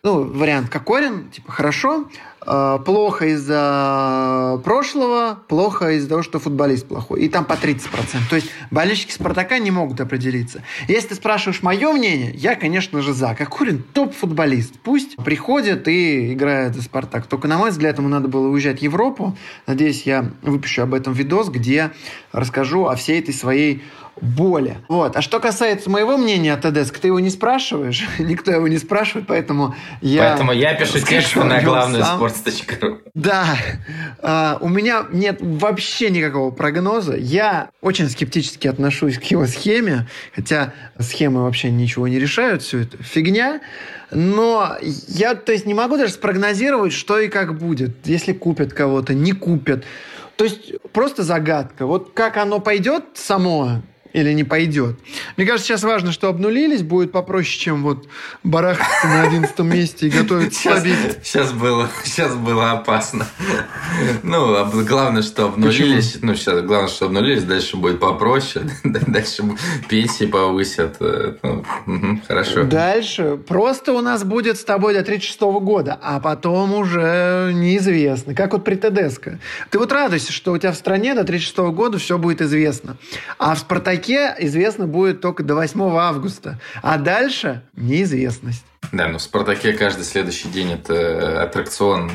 Ну, вариант Кокорин, типа, хорошо, э, плохо из-за прошлого, плохо из-за того, что футболист плохой. И там по тридцать процентов. То есть болельщики «Спартака» не могут определиться. Если ты спрашиваешь мое мнение, я, конечно же, за. Кокорин топ-футболист. Пусть приходит и играет за «Спартак». Только, на мой взгляд, ему надо было уезжать в Европу. Надеюсь, я выпущу об этом видос, где расскажу о всей этой своей боли. Вот. А что касается моего мнения о ТДСК, ты его не спрашиваешь, никто его не спрашивает, поэтому я... Поэтому я пишу текст на главную спортс точка ру. Да. А, у меня нет вообще никакого прогноза. Я очень скептически отношусь к его схеме, хотя схемы вообще ничего не решают, все это фигня. Но я, то есть, не могу даже спрогнозировать, что и как будет. Если купят кого-то, не купят. То есть просто загадка. Вот как оно пойдет само или не пойдет. Мне кажется, сейчас важно, что обнулились, будет попроще, чем вот барахтаться на одиннадцатом месте и готовиться слабить. Сейчас было, сейчас было опасно. Ну, главное, что обнулились. Почему? Ну, сейчас главное, что обнулились, дальше будет попроще, дальше пенсии повысят. Ну, угу, хорошо. Дальше просто у нас будет с тобой до тридцать шестого года, а потом уже неизвестно. Как вот при ТДСК. Ты вот радуйся, что у тебя в стране до тридцать шестого года все будет известно. А в «Спартаке» известно будет только до восьмого августа. А дальше неизвестность. Да, но в «Спартаке» каждый следующий день это аттракцион.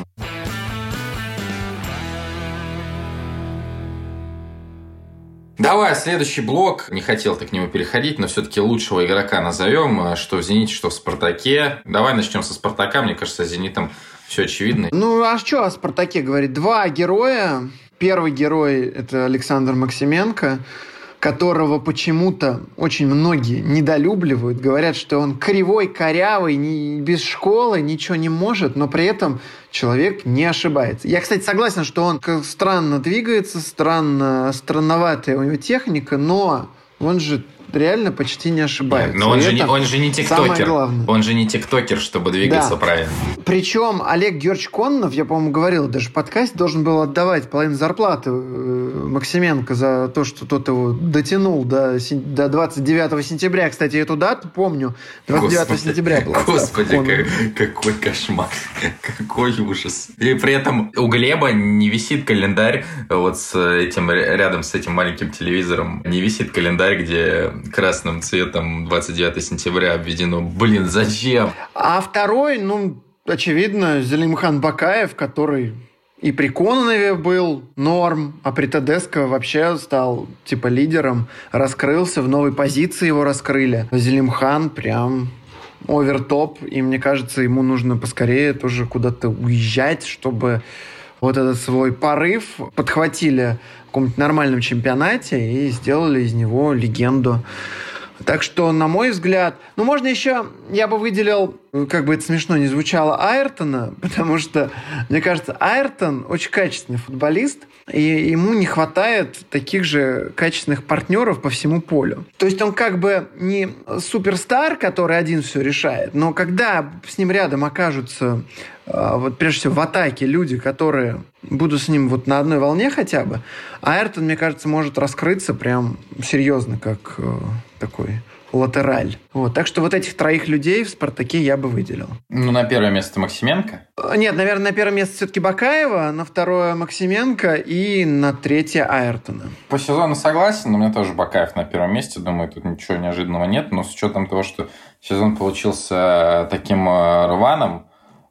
Давай, следующий блок. Не хотел ты к нему переходить, но все-таки лучшего игрока назовем. Что в «Зените», что в «Спартаке». Давай начнем со «Спартака». Мне кажется, с «Зенитом» все очевидно. Ну, а что о «Спартаке» говорить? Два героя. Первый герой – это Александр Максименко, которого почему-то очень многие недолюбливают. Говорят, что он кривой, корявый, не, без школы, ничего не может, но при этом человек не ошибается. Я, кстати, согласен, что он странно двигается, странно, странноватая у него техника, но он же реально почти не ошибается. Но он же, не, он же не тиктокер. Он же не тиктокер, чтобы двигаться да. правильно. Причем Олег Георгиевич Кононов, я, по-моему, говорил даже в подкасте, должен был отдавать половину зарплаты Максименко за то, что тот его дотянул до, до двадцать девятого сентября. Кстати, эту дату помню. двадцать девятого сентября была. Господи, как, какой кошмар. Какой ужас. И при этом у Глеба не висит календарь вот с этим, рядом с этим маленьким телевизором. Не висит календарь, где красным цветом двадцать девятого сентября обведено. Блин, зачем? А второй, ну, очевидно, Зелимхан Бакаев, который и при Кононове был норм, а при ТДСК вообще стал типа лидером, раскрылся, в новой позиции его раскрыли. Зелимхан прям овертоп, и мне кажется, ему нужно поскорее тоже куда-то уезжать, чтобы вот этот свой порыв подхватили в каком-нибудь нормальном чемпионате и сделали из него легенду. Так что, на мой взгляд, ну, можно еще, я бы выделил, как бы это смешно не звучало, Айртона, потому что, мне кажется, Айртон очень качественный футболист, и ему не хватает таких же качественных партнеров по всему полю. То есть он как бы не суперстар, который один все решает, но когда с ним рядом окажутся, вот прежде всего в атаке люди, которые будут с ним вот на одной волне хотя бы, Айртон, мне кажется, может раскрыться прям серьезно, как такой латераль. Вот. Так что вот этих троих людей в «Спартаке» я бы выделил. Ну, на первое место Максименко? Нет, наверное, на первое место все-таки Бакаева, на второе Максименко и на третье Айртона. По сезону согласен, но у меня тоже Бакаев на первом месте. Думаю, тут ничего неожиданного нет. Но с учетом того, что сезон получился таким рваным,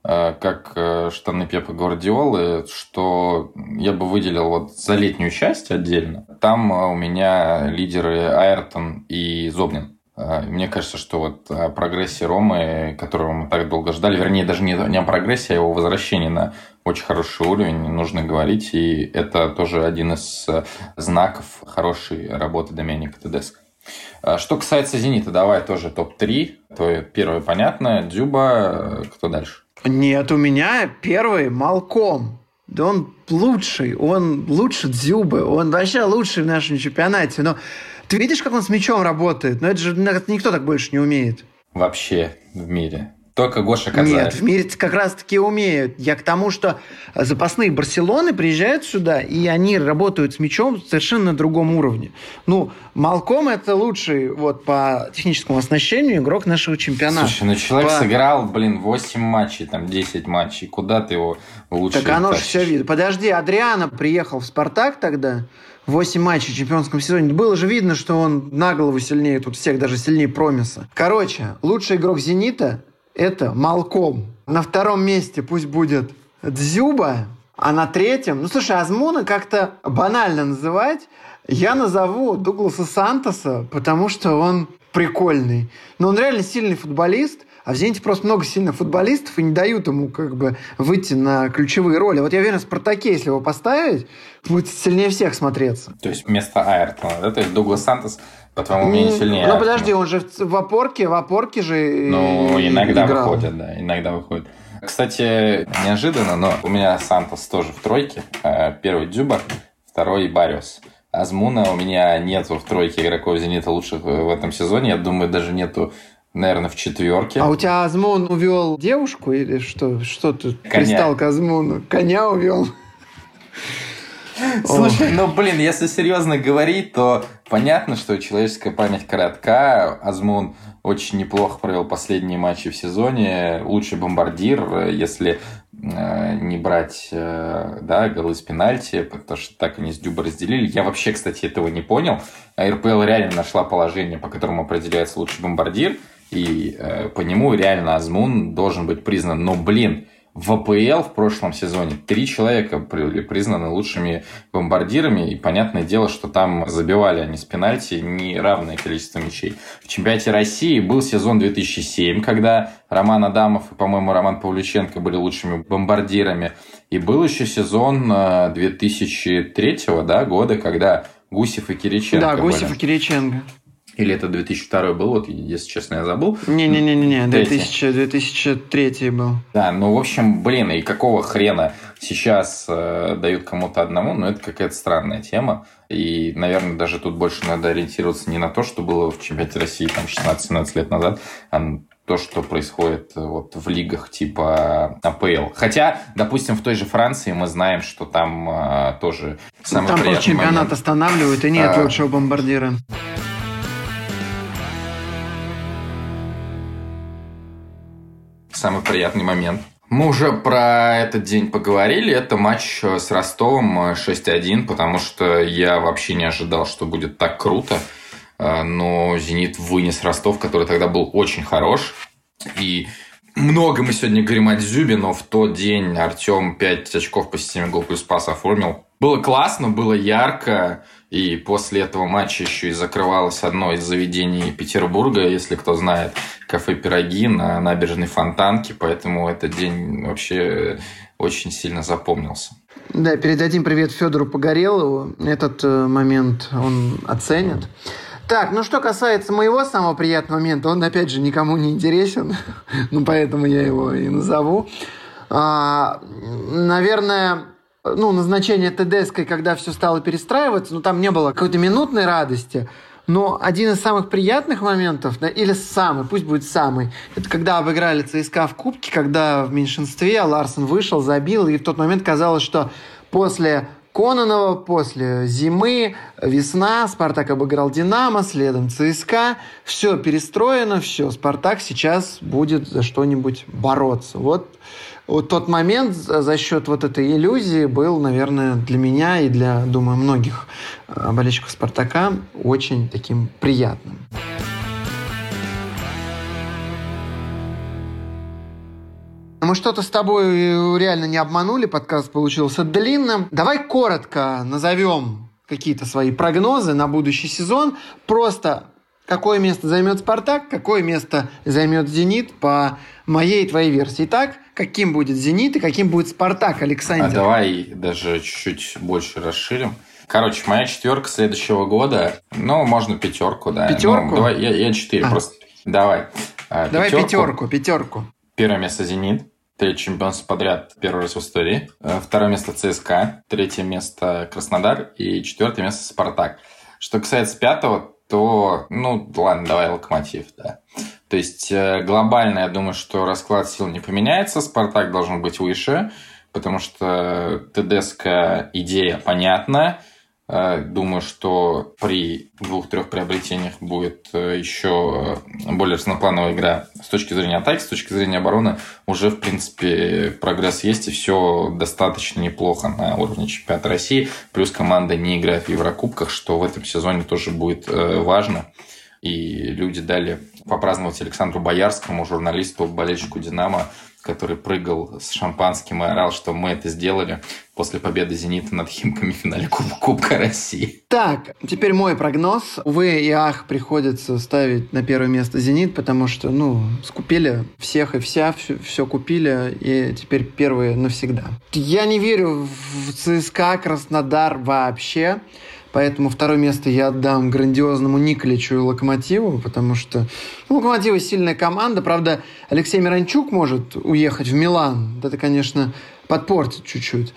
как штаны Пепа Гвардиолы, что я бы выделил вот за летнюю часть отдельно. Там у меня лидеры Айртон и Зобнин. Мне кажется, что вот о прогрессе Ромы, которого мы так долго ждали, вернее, даже не, не о прогрессе, а о его возвращении на очень хороший уровень, нужно говорить. И это тоже один из знаков хорошей работы Доменико Тедеско. Что касается «Зенита», давай тоже топ три. Твое первое понятно. Дзюба. Кто дальше? Нет, у меня первый Малком. Да он лучший. Он лучше Дзюбы. Он вообще лучший в нашем чемпионате. Но ты видишь, как он с мячом работает? Но это же никто так больше не умеет. Вообще в мире. Только Гоша Казаев. Нет, в мире как раз-таки умеют. Я к тому, что запасные Барселоны приезжают сюда, и они работают с мячом совершенно на другом уровне. Ну, Малком – это лучший вот, по техническому оснащению игрок нашего чемпионата. Слушай, ну человек по... сыграл, блин, восемь матчей, там десять матчей. Куда ты его лучше Так оно же тащишь? все видно. Подожди, Адриано приехал в «Спартак» тогда, восемь матчей в чемпионском сезоне. Было же видно, что он на голову сильнее тут всех, даже сильнее Промиса. Короче, лучший игрок «Зенита» – это Малком. На втором месте пусть будет Дзюба, а на третьем... Ну, слушай, Азмуна как-то банально называть. Я назову Дугласа Сантоса, потому что он прикольный. Но он реально сильный футболист, а в «Зените» просто много сильных футболистов и не дают ему как бы выйти на ключевые роли. Вот я уверен, в «Спартаке», если его поставить, будет сильнее всех смотреться. То есть вместо Айртона, да? То есть Дуглас Сантос, по твоему мнению, сильнее Ну, Айртона. подожди, он же в опорке, в опорке же Ну, иногда играл. выходит, да, иногда выходит. Кстати, неожиданно, но у меня Сантос тоже в тройке. Первый Дзюба, второй Барриос. Азмуна у меня нету в тройке игроков «Зенита» лучших в этом сезоне. Я думаю, даже нету, наверное, в четверке. А у тебя Азмун увел девушку или что? Что ты Коня. пристал к Азмуну? Коня увел? Слушай, ну, блин, если серьезно говорить, то понятно, что человеческая память коротка. Азмун очень неплохо провел последние матчи в сезоне. Лучший бомбардир, если э, не брать э, да, голы с пенальти, потому что так они с Дюба разделили. Я вообще, кстати, этого не понял. эр пэ эл реально нашла положение, по которому определяется лучший бомбардир, и э, по нему реально Азмун должен быть признан. Но, блин, в а пэ эл в прошлом сезоне три человека были признаны лучшими бомбардирами, и понятное дело, что там забивали они с пенальти неравное количество мячей. В чемпионате России был сезон две тысячи седьмой, когда Роман Адамов и, по-моему, Роман Павлюченко были лучшими бомбардирами. И был еще сезон две тысячи третьего да, года, когда Гусев и Кириченко Да, Гусев были. и Кириченко. Или это две тысячи второй был, вот, если честно, я забыл. Не-не-не, две тысячи третий был. Да, ну, в общем, блин, и какого хрена сейчас э, дают кому-то одному, ну, это какая-то странная тема. И, наверное, даже тут больше надо ориентироваться не на то, что было в чемпионате России там шестнадцать-семнадцать лет назад, а на то, что происходит вот в лигах типа а пэ эл. Хотя, допустим, в той же Франции мы знаем, что там э, тоже самый там приятный чемпионат момент. останавливают, и нет А... лучшего бомбардира. Самый приятный момент. Мы уже про этот день поговорили. Это матч с Ростовом шесть один, потому что я вообще не ожидал, что будет так круто. Но «Зенит» вынес Ростов, который тогда был очень хорош. И много мы сегодня говорим о Дзюбе, но в тот день Артем пять очков по системе гол плюс пас оформил. Было классно, было ярко. И после этого матча еще и закрывалось одно из заведений Петербурга, если кто знает, кафе «Пироги» на набережной Фонтанки. Поэтому этот день вообще очень сильно запомнился. Да, передадим привет Федору Погорелову. Этот э, момент он оценит. Так, ну что касается моего самого приятного момента, он, опять же, никому не интересен, ну, поэтому я его и назову. А, наверное... Ну, назначение ТДСкой, когда все стало перестраиваться, ну, там не было какой-то минутной радости, но один из самых приятных моментов, да, или самый, пусть будет самый, это когда обыграли ЦСКА в Кубке, когда в меньшинстве Ларсен вышел, забил, и в тот момент казалось, что после Кононова, после зимы, весна, Спартак обыграл Динамо, следом ЦСКА, все перестроено, все, Спартак сейчас будет за что-нибудь бороться. Вот Вот тот момент за счет вот этой иллюзии был, наверное, для меня и для, думаю, многих болельщиков «Спартака» очень таким приятным. Мы что-то с тобой реально не обманули, подкаст получился длинным. Давай коротко назовем какие-то свои прогнозы на будущий сезон. Просто какое место займет «Спартак», какое место займет «Зенит» по моей и твоей версии. Итак, каким будет «Зенит» и каким будет «Спартак», Александр? А давай даже чуть-чуть больше расширим. Короче, моя четверка следующего года, ну, можно пятерку, да. Пятерку? Ну, давай, я, я четыре а. просто. Давай. Давай пятерку. пятерку, пятерку. Первое место «Зенит». Третье чемпионство подряд, первый раз в истории. Второе место ЦСКА. Третье место Краснодар. И четвертое место Спартак. Что касается пятого, то, ну, ладно, давай Локомотив, да. То есть глобально, я думаю, что расклад сил не поменяется, «Спартак» должен быть выше, потому что ТДСкая идея понятна. Думаю, что при двух-трех приобретениях будет еще более разноплановая игра с точки зрения атаки, с точки зрения обороны. Уже, в принципе, прогресс есть, и все достаточно неплохо на уровне чемпионата России. Плюс команда не играет в Еврокубках, что в этом сезоне тоже будет важно. И люди дали попраздновать Александру Боярскому, журналисту, болельщику «Динамо», который прыгал с шампанским и орал, что мы это сделали после победы «Зенита» над «Химками» в финале Куб- Кубка России. Так, теперь мой прогноз. Увы и ах, приходится ставить на первое место «Зенит», потому что, ну, скупили всех и вся, все, все купили, и теперь первые навсегда. Я не верю в ЦСКА, Краснодар вообще. Поэтому второе место я отдам грандиозному Николичу и Локомотиву, потому что ну, Локомотив сильная команда. Правда, Алексей Миранчук может уехать в Милан. Это, конечно, подпортит чуть-чуть.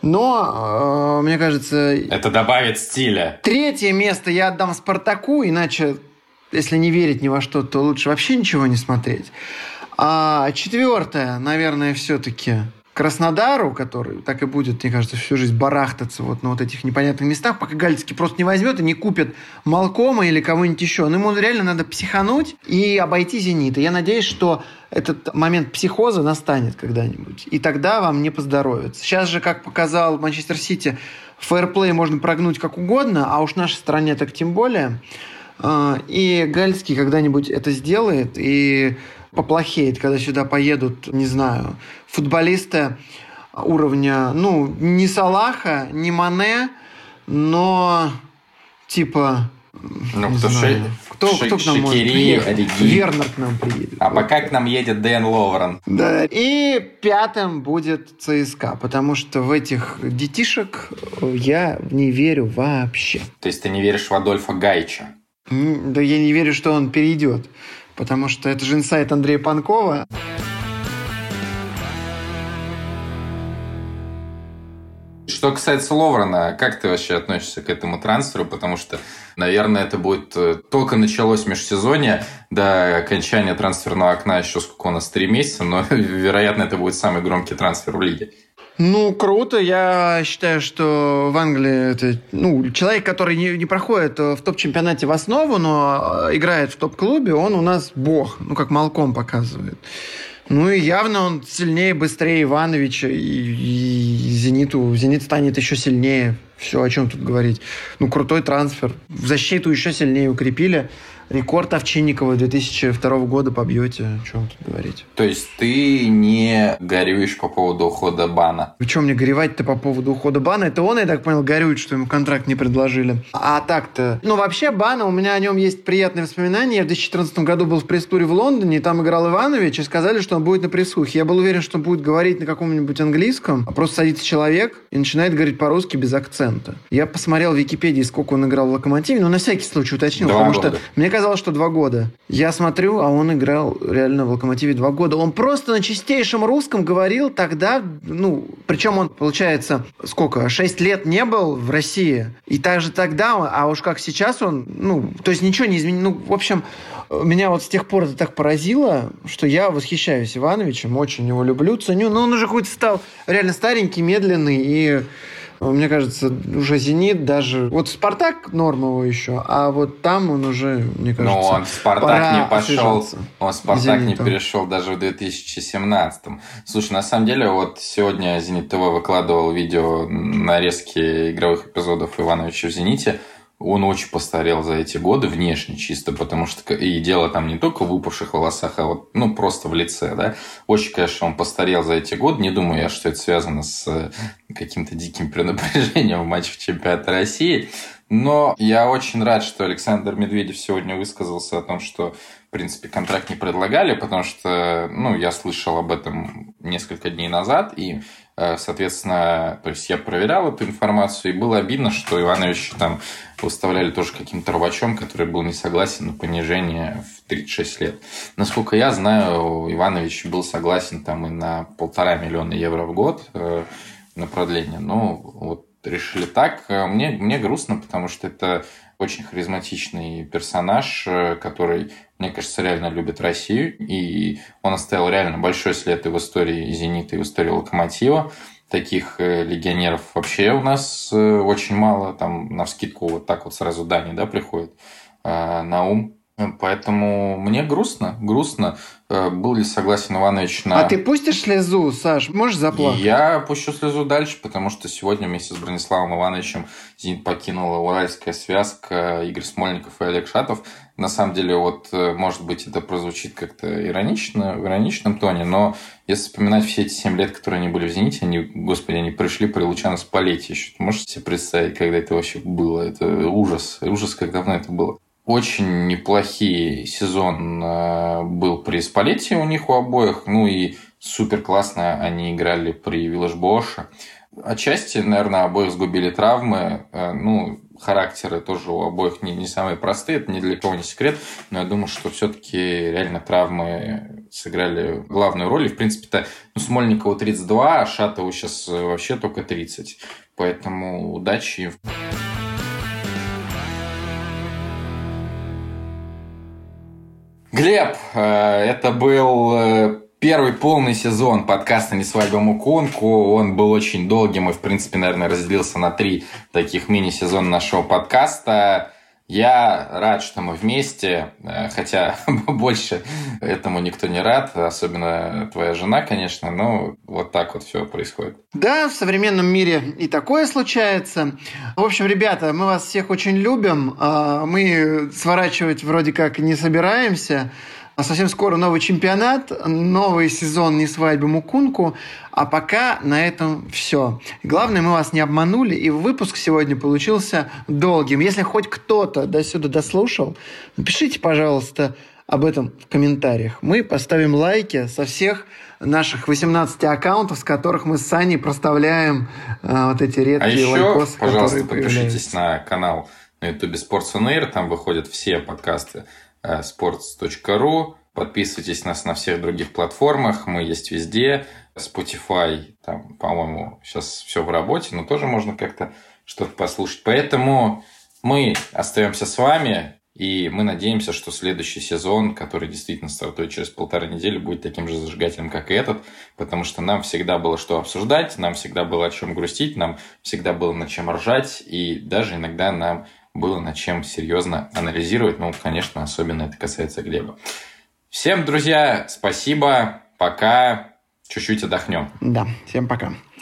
Но, э, мне кажется... Это добавит стиля. Третье место я отдам «Спартаку», иначе, если не верить ни во что, то лучше вообще ничего не смотреть. А четвертое, наверное, все-таки... Краснодару, который так и будет, мне кажется, всю жизнь барахтаться вот на вот этих непонятных местах, пока Галицкий просто не возьмет и не купит Малкома или кого-нибудь еще. Но ему реально надо психануть и обойти «Зенит». И я надеюсь, что этот момент психоза настанет когда-нибудь. И тогда вам не поздоровится. Сейчас же, как показал Манчестер Сити, фэрплей можно прогнуть как угодно, а уж в нашей стране так тем более. И Галицкий когда-нибудь это сделает, и поплохеет, когда сюда поедут, не знаю, футболисты уровня, ну, не Салаха, не Мане, но типа... Ну, кто, ши... кто, ши... кто к нам может приехать? Вернер к нам приедет. А вот. Пока к нам едет Дэн Ловрен. Да. И пятым будет ЦСКА, потому что в этих детишек я не верю вообще. То есть ты не веришь в Адольфа Гаича? Да я не верю, что он перейдет. Потому что это же инсайт Андрея Панкова. Что касается Ловрена, как ты вообще относишься к этому трансферу? Потому что, наверное, это будет... Только началось межсезонье, до окончания трансферного окна еще сколько у нас, три месяца, но, вероятно, это будет самый громкий трансфер в лиге. Ну, круто. Я считаю, что в Англии это, ну, человек, который не, не проходит в топ-чемпионате в основу, но играет в топ-клубе, он у нас бог, ну, как Малком показывает. Ну, и явно он сильнее, быстрее Ивановича, и, и Зениту, Зенит станет еще сильнее. Все, о чем тут говорить. Ну, крутой трансфер. В защиту еще сильнее укрепили. Рекорд Овчинникова две тысячи второго года побьете. О чем тут говорить? То есть ты не горюешь по поводу ухода Бана? Вы что мне горевать-то по поводу ухода Бана? Это он, я так понял, горюет, что ему контракт не предложили. А так-то... Ну, вообще, Бана, у меня о нем есть приятные воспоминания. Я в две тысячи четырнадцатом году был в пресс-туре в Лондоне, и там играл Иванович, и сказали, что он будет на пресс-ухе. Я был уверен, что он будет говорить на каком-нибудь английском, а просто садится человек и начинает говорить по-русски без акцента. Я посмотрел в Википедии, сколько он играл в «Локомотиве», но на всякий случай уточнил, Два потому года. что мне казалось, что два года. Я смотрю, а он играл реально в «Локомотиве» два года. Он просто на чистейшем русском говорил тогда, ну, причем он, получается, сколько, шесть лет не был в России. И также тогда, а уж как сейчас он, ну, то есть ничего не изменилось. Ну, в общем, меня вот с тех пор это так поразило, что я восхищаюсь Ивановичем, очень его люблю, ценю. Но он уже какой-то стал реально старенький, медленный и... Мне кажется, уже «Зенит» даже... Вот «Спартак» нормово еще, а вот там он уже, мне кажется, но он в «Спартак» пора не пошел, он в «Спартак» не «Зенитом». перешел даже в две тысячи семнадцатом. Слушай, на самом деле, вот сегодня «Зенит ТВ» выкладывал видео нарезки игровых эпизодов Ивановича в «Зените». Он очень постарел за эти годы, внешне чисто, потому что и дело там не только в выпавших волосах, а вот, ну, просто в лице, да. Очень, конечно, он постарел за эти годы. Не думаю я, что это связано с каким-то диким перенапряжением в матчах чемпионата России. Но я очень рад, что Александр Медведев сегодня высказался о том, что, в принципе, контракт не предлагали, потому что, ну, я слышал об этом несколько дней назад, и, соответственно, то есть я проверял эту информацию, и было обидно, что Иванович там выставляли тоже каким-то рвачом, который был не согласен на понижение в тридцать шесть лет. Насколько я знаю, Иванович был согласен там и на полтора миллиона евро в год э, на продление. Ну, вот решили так. Мне, мне грустно, потому что это очень харизматичный персонаж, который мне кажется, реально любит Россию, и он оставил реально большой след и в истории «Зенита», и в истории «Локомотива». Таких легионеров вообще у нас очень мало, там навскидку вот так вот сразу Дани, да, приходит на ум. Поэтому мне грустно, грустно. Был ли согласен Иванович на... А ты пустишь слезу, Саш? Можешь заплакать? Я пущу слезу дальше, потому что сегодня вместе с Брониславом Ивановичем «Зенит» покинула уральская связка Игорь Смольников и Олег Шатов. На самом деле, вот, может быть, это прозвучит как-то иронично, в ироничном тоне, но если вспоминать все эти семь лет, которые они были в «Зените», они, господи, они пришли при Лучано Спалетти еще. Можете себе представить, когда это вообще было? Это ужас. Ужас, как давно это было. Очень неплохий сезон был при Спалетти у них у обоих. Ну и супер классно они играли при Виллаш-Боаше. Отчасти, наверное, обоих сгубили травмы. Ну, характеры тоже у обоих не, не самые простые. Это ни для кого не секрет. Но я думаю, что все-таки реально травмы сыграли главную роль. И, в принципе-то, ну, Смольникову тридцать два, а Шатову сейчас вообще только тридцать. Поэтому удачи. Глеб, это был первый полный сезон подкаста «Не свадьба Мукунку». Он был очень долгим и, в принципе, наверное, разделился на три таких мини-сезона нашего подкаста. Я рад, что мы вместе, хотя больше этому никто не рад, особенно твоя жена, конечно, но вот так вот все происходит. Да, в современном мире и такое случается. В общем, ребята, мы вас всех очень любим. Мы сворачивать вроде как не собираемся. Совсем скоро новый чемпионат, новый сезон «Не свадьбы Мукунку». А пока на этом все. Главное, мы вас не обманули, и выпуск сегодня получился долгим. Если хоть кто-то до сюда дослушал, напишите, пожалуйста, об этом в комментариях. Мы поставим лайки со всех наших восемнадцати аккаунтов, с которых мы с Саней проставляем э, вот эти редкие а еще, лайкосы, пожалуйста, которые подпишитесь появляются. на канал на ютубе Sports on Air, там выходят все подкасты спортс точка ру. Подписывайтесь на нас на всех других платформах. Мы есть везде. Spotify, там, по-моему, сейчас все в работе, но тоже можно как-то что-то послушать. Поэтому мы остаемся с вами, и мы надеемся, что следующий сезон, который действительно стартует через полторы недели, будет таким же зажигательным, как и этот, потому что нам всегда было что обсуждать, нам всегда было о чем грустить, нам всегда было над чем ржать, и даже иногда нам было над чем серьезно анализировать. Ну, конечно, особенно это касается Глеба. Всем, друзья, спасибо. Пока. Чуть-чуть отдохнем. Да, всем пока.